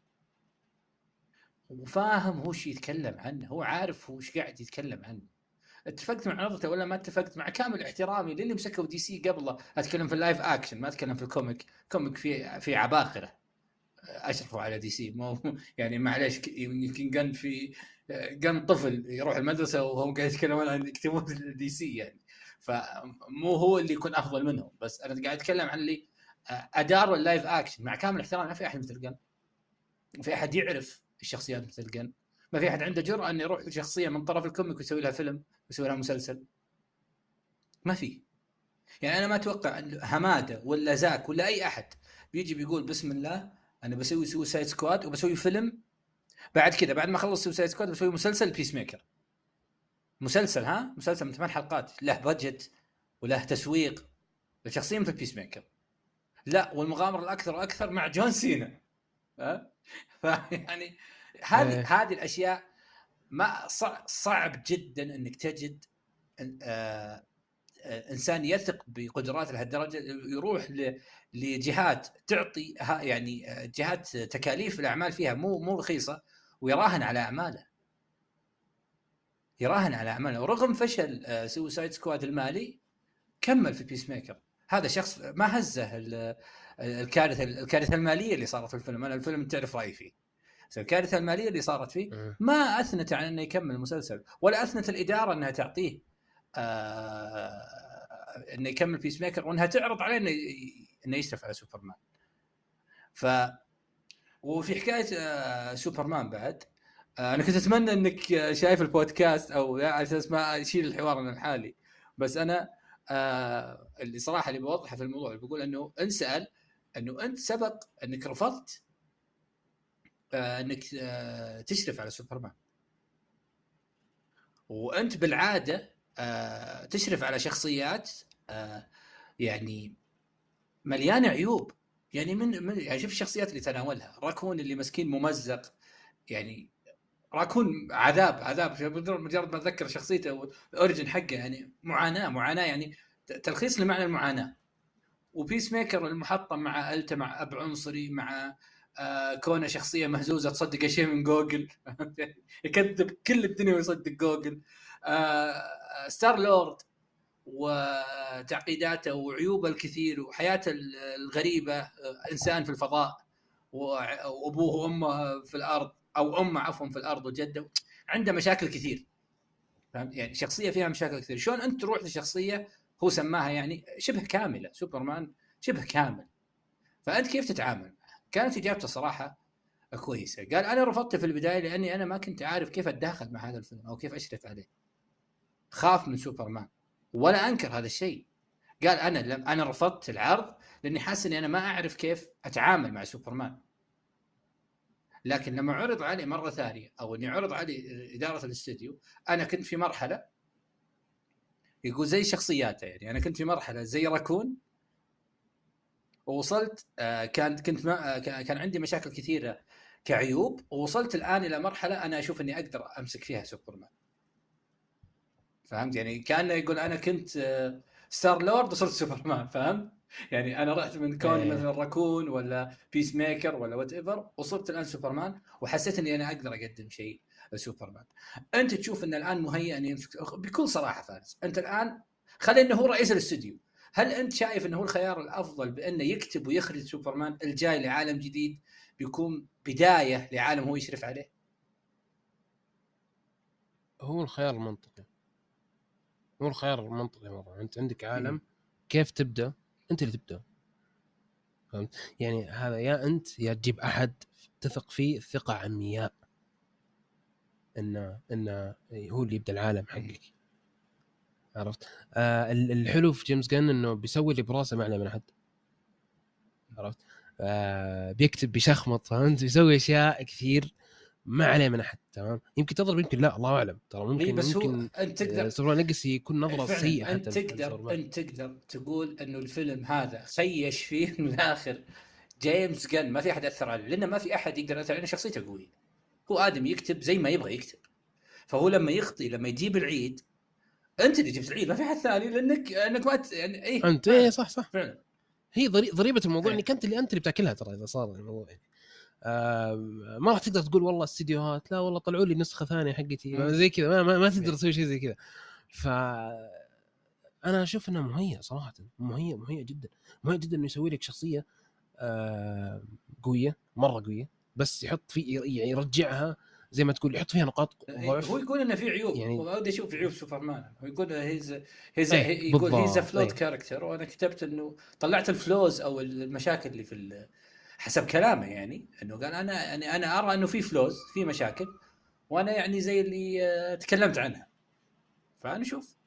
وفاهم هو شي يتكلم عنه، هو عارف هو ايش قاعد يتكلم عنه. اتفقت مع نظرته ولا ما اتفقت، مع كامل احترامي للي مسكوا دي سي قبله، اتكلم في اللايف اكشن ما اتكلم في الكوميك. كوميك في في عباقره اشرفوا على دي سي، مو يعني معليش يمكن كان في كان طفل يروح المدرسه وهم قاعد يتكلمون عن يكتبون دي سي يعني، فمو هو اللي يكون افضل منهم. بس انا قاعد اتكلم عن اللي ادار اللايف اكشن مع كامل احترامي. ما في احد مثل قلب، ما في احد يعرف الشخصيات مثل قلب، ما في احد عنده جرأة انه يروح شخصيه من طرف الكوميك ويسوي لها فيلم ويسوي لها مسلسل، ما في. يعني انا ما اتوقع ان هماده ولا زاك ولا اي احد بيجي بيقول بسم الله انا بسوي سوسايد سكواد وبسوي فيلم، بعد كذا بعد ما اخلص سوسايد سكواد بسوي مسلسل بيس ميكر. مسلسل ها مسلسل من ثمان حلقات له بادجت وله تسويق لشخصيه مثل بيس ميكر، لا والمغامره الاكثر واكثر مع جون سينا. ها فيعني هذه هذه الاشياء ما صعب جدا انك تجد آه انسان يثق بقدرات لهالدرجه يروح لجهات تعطي يعني جهات تكاليف الاعمال فيها مو مو رخيصه ويراهن على اعماله، يراهن على اعماله. ورغم فشل سوسايد سكواد المالي كمل في بيس ميكر. هذا شخص ما هزه الكارثه الكارثه الماليه اللي صارت في الفيلم. انا الفيلم تعرف رايي فيه، الكارثه الماليه اللي صارت فيه ما اثنت على انه يكمل المسلسل، ولا اثنت الاداره انها تعطيه آه انه يكمل بيس ميكر وانها تعرض عليه انه انه يشرف على سوبرمان. ف وفي حكايه آه سوبرمان بعد آه انا كنت اتمنى انك شايف البودكاست او على اساس ما اشيل الحوار من الحالي، بس انا آه اللي صراحه اللي بوضحه في الموضوع اللي بقول انه انسال انه انت سبق انك رفضت آه انك آه تشرف على سوبرمان، وانت بالعاده آه تشرف على شخصيات آه يعني مليانه عيوب. يعني من, من يعني شوف الشخصيات اللي تناولها، راكون اللي مسكين ممزق، يعني راكون عذاب عذاب مجرد ما اتذكر شخصيته الاوريجن حقه يعني معاناه معاناه يعني تلخيص لمعنى المعاناه. وبيس ميكر المحطم مع الته مع اب عنصري مع آه كونه شخصيه مهزوزه تصدق شيء من جوجل يكذب كل الدنيا ويصدق جوجل. آه ستار لورد وتعقيداته وعيوبه الكثير وحياته الغريبه، انسان في الفضاء وابوه وامه في الارض او امه عفوا في الارض وجده، عنده مشاكل كثير. فهمت يعني شخصيه فيها مشاكل كثير. شلون انت تروح لشخصيه هو سماها يعني شبه كامله، سوبرمان شبه كامل، فانت كيف تتعامل؟ كانت اجابته صراحه كويسه. قال انا رفضت في البدايه لاني انا ما كنت عارف كيف اتداخل مع هذا الفيلم او كيف اشرف عليه، خاف من سوبرمان ولا انكر هذا الشيء. قال انا لم انا رفضت العرض لاني حاسس اني انا ما اعرف كيف اتعامل مع سوبرمان، لكن لما عرض علي مره ثانيه او اني عرض علي اداره الاستوديو انا كنت في مرحله يقول زي شخصياته، يعني انا كنت في مرحله زي راكون ووصلت آه كان كنت ما آه كان عندي مشاكل كثيره كعيوب، ووصلت الان الى مرحله انا اشوف اني اقدر امسك فيها سوبرمان. فهمت يعني كانه يقول انا كنت آه ستار لورد وصرت سوبرمان. فهمت يعني انا رحت من كوني إيه. مثلا راكون ولا بيس ميكر ولا وات ايفر وصرت الان سوبرمان، وحسيت اني انا اقدر اقدم شيء سوبرمان. انت تشوف ان الان مهيئ ان يمسك بكل صراحه فارس؟ انت الان خلي انه هو رئيس الاستوديو، هل انت شايف انه هو الخيار الافضل بانه يكتب ويخرج سوبرمان الجاي لعالم جديد بيكون بدايه لعالم هو يشرف عليه؟ هو الخيار المنطقي، هو الخيار المنطقي مرة. انت عندك عالم كيف تبدا انت اللي تبدا. فهمت يعني؟ هذا يا انت يا تجيب احد تثق فيه ثقه عمياء انه انه هو اللي يبدا العالم حقك. عرفت؟ آه الحلو في جيمس جن انه بيسوي اللي براسه ما عليه من احد. عرفت؟ آه بيكتب بيشخمط، فهمت؟ بيسوي اشياء كثير ما عليه من احد. تمام؟ يمكن تضرب يمكن لا، الله اعلم. ترى ممكن بس ممكن انت تقدر سوبر ليجاسي يكون نظره سيئه انت حتى. تقدر انت تقدر تقول انه الفيلم هذا خيش فيه من الاخر جيمس جن، ما في احد اثر عليه لانه ما في احد يقدر ياثر عليه، شخصيته قويه، هو ادم يكتب زي ما يبغى يكتب. فهو لما يخطي لما يجيب العيد انت اللي جبت العيد، ما في حد ثاني، لانك انك ما ت... يعني ايه انت ايه صح صح فعلا. هي ضريبه الموضوع هي. انك انت اللي انت اللي بتاكلها ترى اذا صار الموضوع يعني. آه ما راح تقدر تقول والله استديوهات لا والله طلعوا لي نسخه ثانيه حقتي زي كذا، ما, ما, ما تقدر تسوي شيء زي كذا. ف انا اشوف انها مهيئه صراحه، مهيئه مهيئه جدا، مهيئه جدا انه يسوي لك شخصيه آه قويه مره قويه، بس يحط في يعني يرجعها زي ما تقول، يحط فيها نقاط ضعف. هو يقول انه في عيوب يعني وما ودي اشوف عيوب سوبرمان. هو يقول هيز هيز أيه يقول هيز فلوت أيه. كاركتر، وانا كتبت انه طلعت الفلوز او المشاكل اللي في حسب كلامه، يعني انه قال انا يعني انا ارى انه في فلوز في مشاكل، وانا يعني زي اللي تكلمت عنها. فانا شوف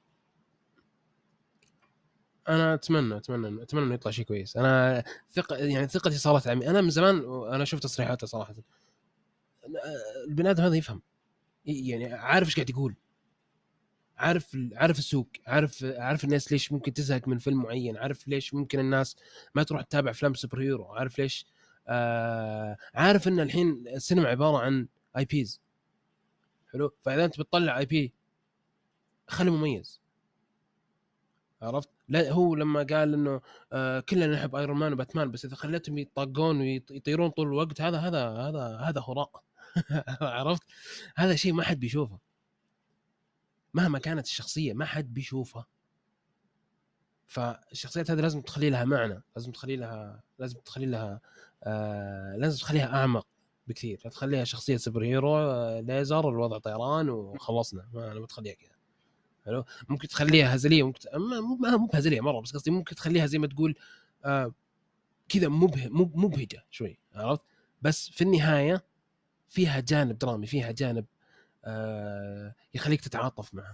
انا اتمنى اتمنى اتمنى انه يطلع شيء كويس. انا ثقه يعني ثقتي صارت عمي. انا من زمان انا شفت تصريحاته صراحه، البني ادم هذا يفهم، يعني عارف ايش قاعد يقول، عارف عارف السوق، عارف عارف الناس ليش ممكن تزهق من فيلم معين، عارف ليش ممكن الناس ما تروح تتابع افلام سوبر هيرو، عارف ليش آه عارف ان الحين السينما عباره عن اي بيز. حلو؟ فاذا انت بتطلع اي بي خليه مميز. عرفت؟ لا هو لما قال انه آه كلنا نحب ايرون مان وباتمان، بس اذا خليتهم يطاقون ويطيرون طول الوقت هذا هذا هذا هذا هراء. عرفت؟ هذا شيء ما حد بيشوفه مهما كانت الشخصيه، ما حد بيشوفها. فالشخصيات هذه لازم تخلي لها معنى، لازم تخلي لها لازم تخلي لها آه لازم تخليها اعمق بكثير. لا تخليها شخصيه سوبر هيرو آه ليزر الوضع طيران وخلصنا، ما انا بتخليها كذا. حلو؟ ممكن تخليها هزليه، ممكن مو مو مو هزليه مره، بس قصدي ممكن تخليها زي ما تقول آه كذا مبه مبهجه شوي. عرفت؟ بس في النهايه فيها جانب درامي، فيها جانب آه يخليك تتعاطف معه.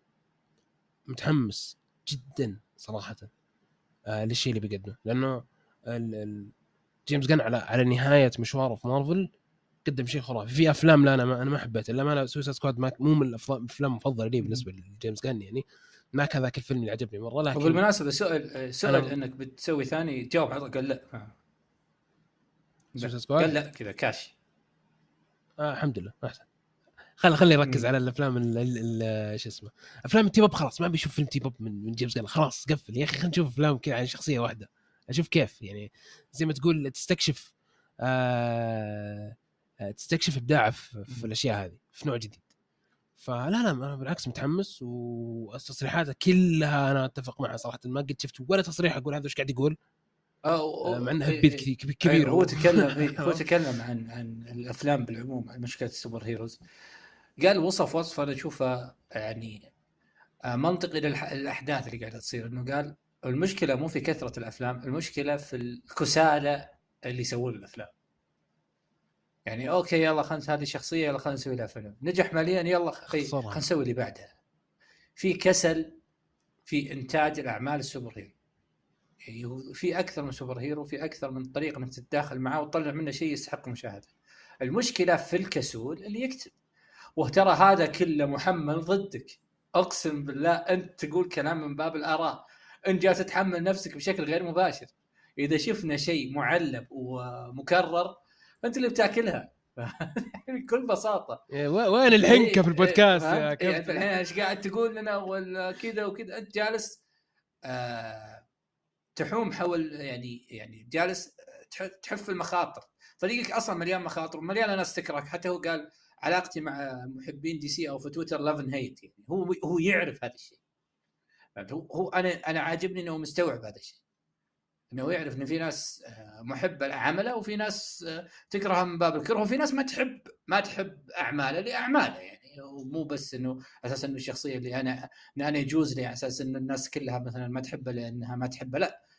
متحمس جدا صراحه آه للشيء اللي بيقدمه، لانه ال ال جيمس جن على على نهايه مشواره في مارفل قدم شيء خرافي. في افلام لا انا ما انا ما حبيت الا ما انا سويسايد سكواد مو من الافلام المفضله لي بالنسبه لجيمس جن، يعني ما كان ذاك الفيلم اللي عجبني مره. لكن وبالمناسبه سؤال سؤال أنا... انك بتسوي ثاني جاوب على قال لا سويسايد سكواد قال لا كذا كاش آه الحمد لله احسن. خل خلي نركز على الافلام ال شو اسمه افلام التيب اب. خلاص ما بيشوف فيلم تيب اب من من جيمس جن، خلاص قفل يا اخي. خلينا نشوف افلام كذا عن شخصيه واحده، اشوف كيف يعني زي ما تقول تستكشف آه... تستكشف ابداعه في, في الاشياء هذه في نوع جديد. فلا لا انا بالعكس متحمس، والتصريحات كلها انا اتفق معها صراحه. ما قد شفت ولا تصريح اقول هذا ايش قاعد يقول أو مع انه هبيت كثير كبير. أيه هو تكلم هو تكلم عن عن الافلام بالعموم، عن مشكله السوبر هيروز. قال وصف وصف انا اشوفه يعني منطقي للاحداث اللي قاعده تصير. انه قال المشكله مو في كثره الافلام، المشكله في الكسالى اللي يسوون الافلام. يعني اوكي يلا خلينا هذه الشخصيه يلا خلينا نسوي لها فيلم نجح ماليا، يلا خلينا نسوي اللي بعدها. في كسل في انتاج الاعمال السوبر هيرو. في اكثر من سوبر هيرو، في اكثر من طريقه انك تتداخل معه وتطلع منه شيء يستحق المشاهده. المشكله في الكسول اللي يكتب، وترى هذا كله محمل ضدك. اقسم بالله انت تقول كلام من باب الاراء، انت جالس تتحمل نفسك بشكل غير مباشر. اذا شفنا شيء معلب ومكرر انت اللي بتاكلها. بكل بساطه وين الحنكه في البودكاست يا كابتن؟ الحين ايش قاعد تقول لنا ولا كذا وكذا؟ انت جالس آه تحوم حول يعني يعني جالس تحف المخاطر. طريقك اصلا مليان مخاطر ومليان ناس تكرهك. حتى هو قال علاقتي مع محبين دي سي او في تويتر لاف هيت، يعني هو هو يعرف هذا الشيء. هو انا انا عاجبني انه مستوعب هذا الشيء، انه يعرف ان في ناس محبه لعمله وفي ناس تكرهه من باب الكره، وفي ناس ما تحب ما تحب اعماله لاعماله. يعني مو بس انه اساس انه الشخصيه اللي انا انا يجوز لي اساس انه الناس كلها مثلا ما تحبه لانها ما تحبه، لا،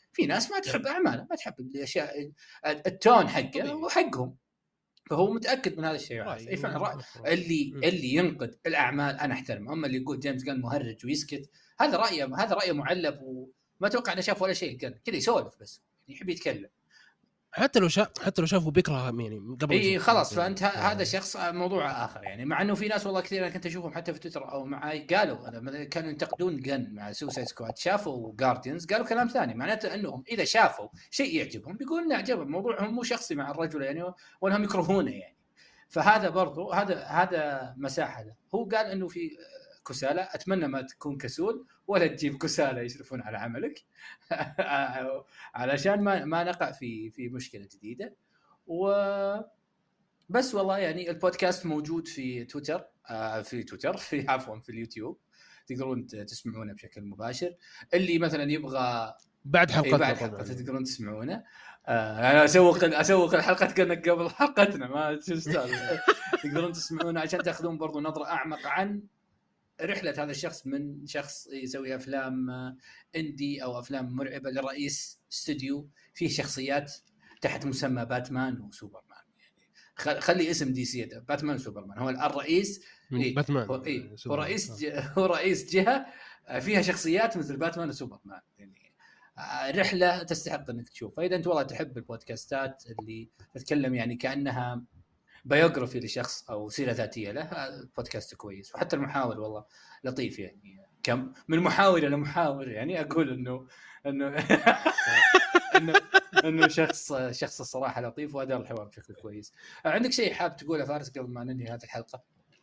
في ناس ما تحب اعماله، ما تحب الاشياء التون حقه وحقهم، فهو متاكد من هذا الشيء. رأي. اي فعلا اللي م. اللي ينقد الاعمال انا احترمه، اما اللي يقول جيمس جان مهرج ويسكت هذا رايه، هذا رايه معلب، وما اتوقع انه شاف ولا شيء قال كذا، يسولف بس يعني يحب يتكلم. حتى لو شاف حتى لو شافه بيكره يعني قبل. اي خلاص، فانت هذا شخص موضوع اخر يعني. مع انه في ناس والله كثير انا كنت اشوفهم حتى في تويتر او معي قالوا انا كانوا ينتقدون جن مع سوسايد سكواد، شافوا جارديانز قالوا كلام ثاني، معناته انهم اذا شافوا شيء يعجبهم بيقولوا انه عجبهم، موضوعهم مو شخصي مع الرجل يعني وانهم يكرهونه يعني. فهذا برضو هذا هذا مساحه له. هو قال انه في كسالى، اتمنى ما تكون كسول ولا تجيب كسالى يشرفون على عملك علشان ما ما نقع في في مشكله جديده. و بس والله يعني البودكاست موجود في تويتر، آه في تويتر في عفوا في اليوتيوب، تقدرون تسمعونه بشكل مباشر. اللي مثلا يبغى بعد حلقتنا بعد حلقة تقدرون تسمعونه. آه انا اسوق اسوق الحلقه كانت قبل حلقتنا ما تستاهل. تقدرون تسمعونه عشان تاخذون برضو نظره اعمق عن رحله هذا الشخص، من شخص يسوي افلام اندي او افلام مرعبه لرئيس استوديو فيه شخصيات تحت مسمى باتمان وسوبرمان. يعني خلي اسم دي سي ده باتمان وسوبرمان، هو الرئيس إيه باتمان هو, إيه هو رئيس هو رئيس جهه فيها شخصيات مثل باتمان وسوبرمان. يعني رحله تستحق انك تشوف. فاذا انت والله تحب البودكاستات اللي تتكلم يعني كانها بايوغرافي لشخص او سيره ذاتيه له، البودكاست كويس. وحتى المحاور والله لطيف يعني، كم من محاور الى محاور يعني اقول انه انه انه انه شخص شخص الصراحه لطيف وادار الحوار بشكل كويس. عندك شيء حاب تقوله فارس قبل ما ننهي هذه الحلقه؟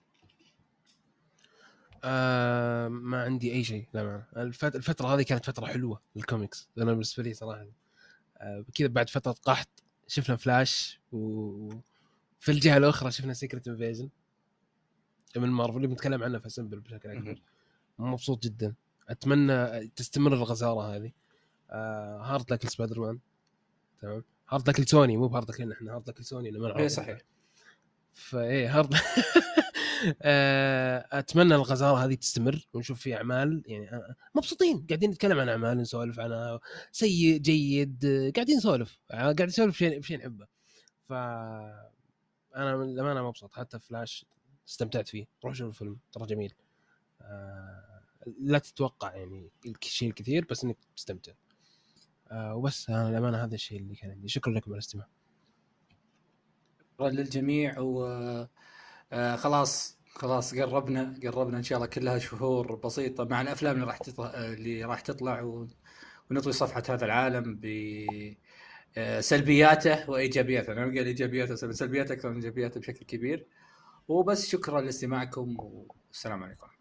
آه ما عندي اي شيء. لا، الفتره الفتره هذه كانت فتره حلوه للكوميكس انا بالنسبه لي صراحه. آه كذا بعد فتره قحط شفنا فلاش، وفي الجهه الاخرى شفنا سيكريت انفيجن من مارفل اللي بنتكلم عنه في سمبل بشكل اكبر. مبسوط جدا، اتمنى تستمر الغزاره هذه. آه هارد لك لسبايدر مان، تمام. هارد لك لسوني، مو بهارد لك لنا احنا، هارد لك لسوني لما اي صحيح. فايه هارد اتمنى الغزاره هذه تستمر ونشوف في اعمال يعني مبسوطين، قاعدين نتكلم عن اعمال نسولف عنها سيء جيد، قاعدين نسولف قاعد نسولف بشيء بشيء نحبه. ف انا للامانه مبسوط. حتى فلاش استمتعت فيه، روح شوف الفيلم ترى جميل. لا تتوقع يعني الشيء الكثير بس انك تستمتع. وبس انا للامانه هذا الشيء اللي كان عندي. شكرا لكم على الاستماع. شكرا للجميع. و خلاص خلاص قربنا قربنا ان شاء الله كلها شهور بسيطه مع الافلام اللي راح تطلع اللي راح تطلع و... ونطوي صفحه هذا العالم بسلبياته وايجابياته. انا قال ايجابياته سلبياته اكثر من ايجابياته بشكل كبير. وبس شكرا لاستماعكم والسلام عليكم.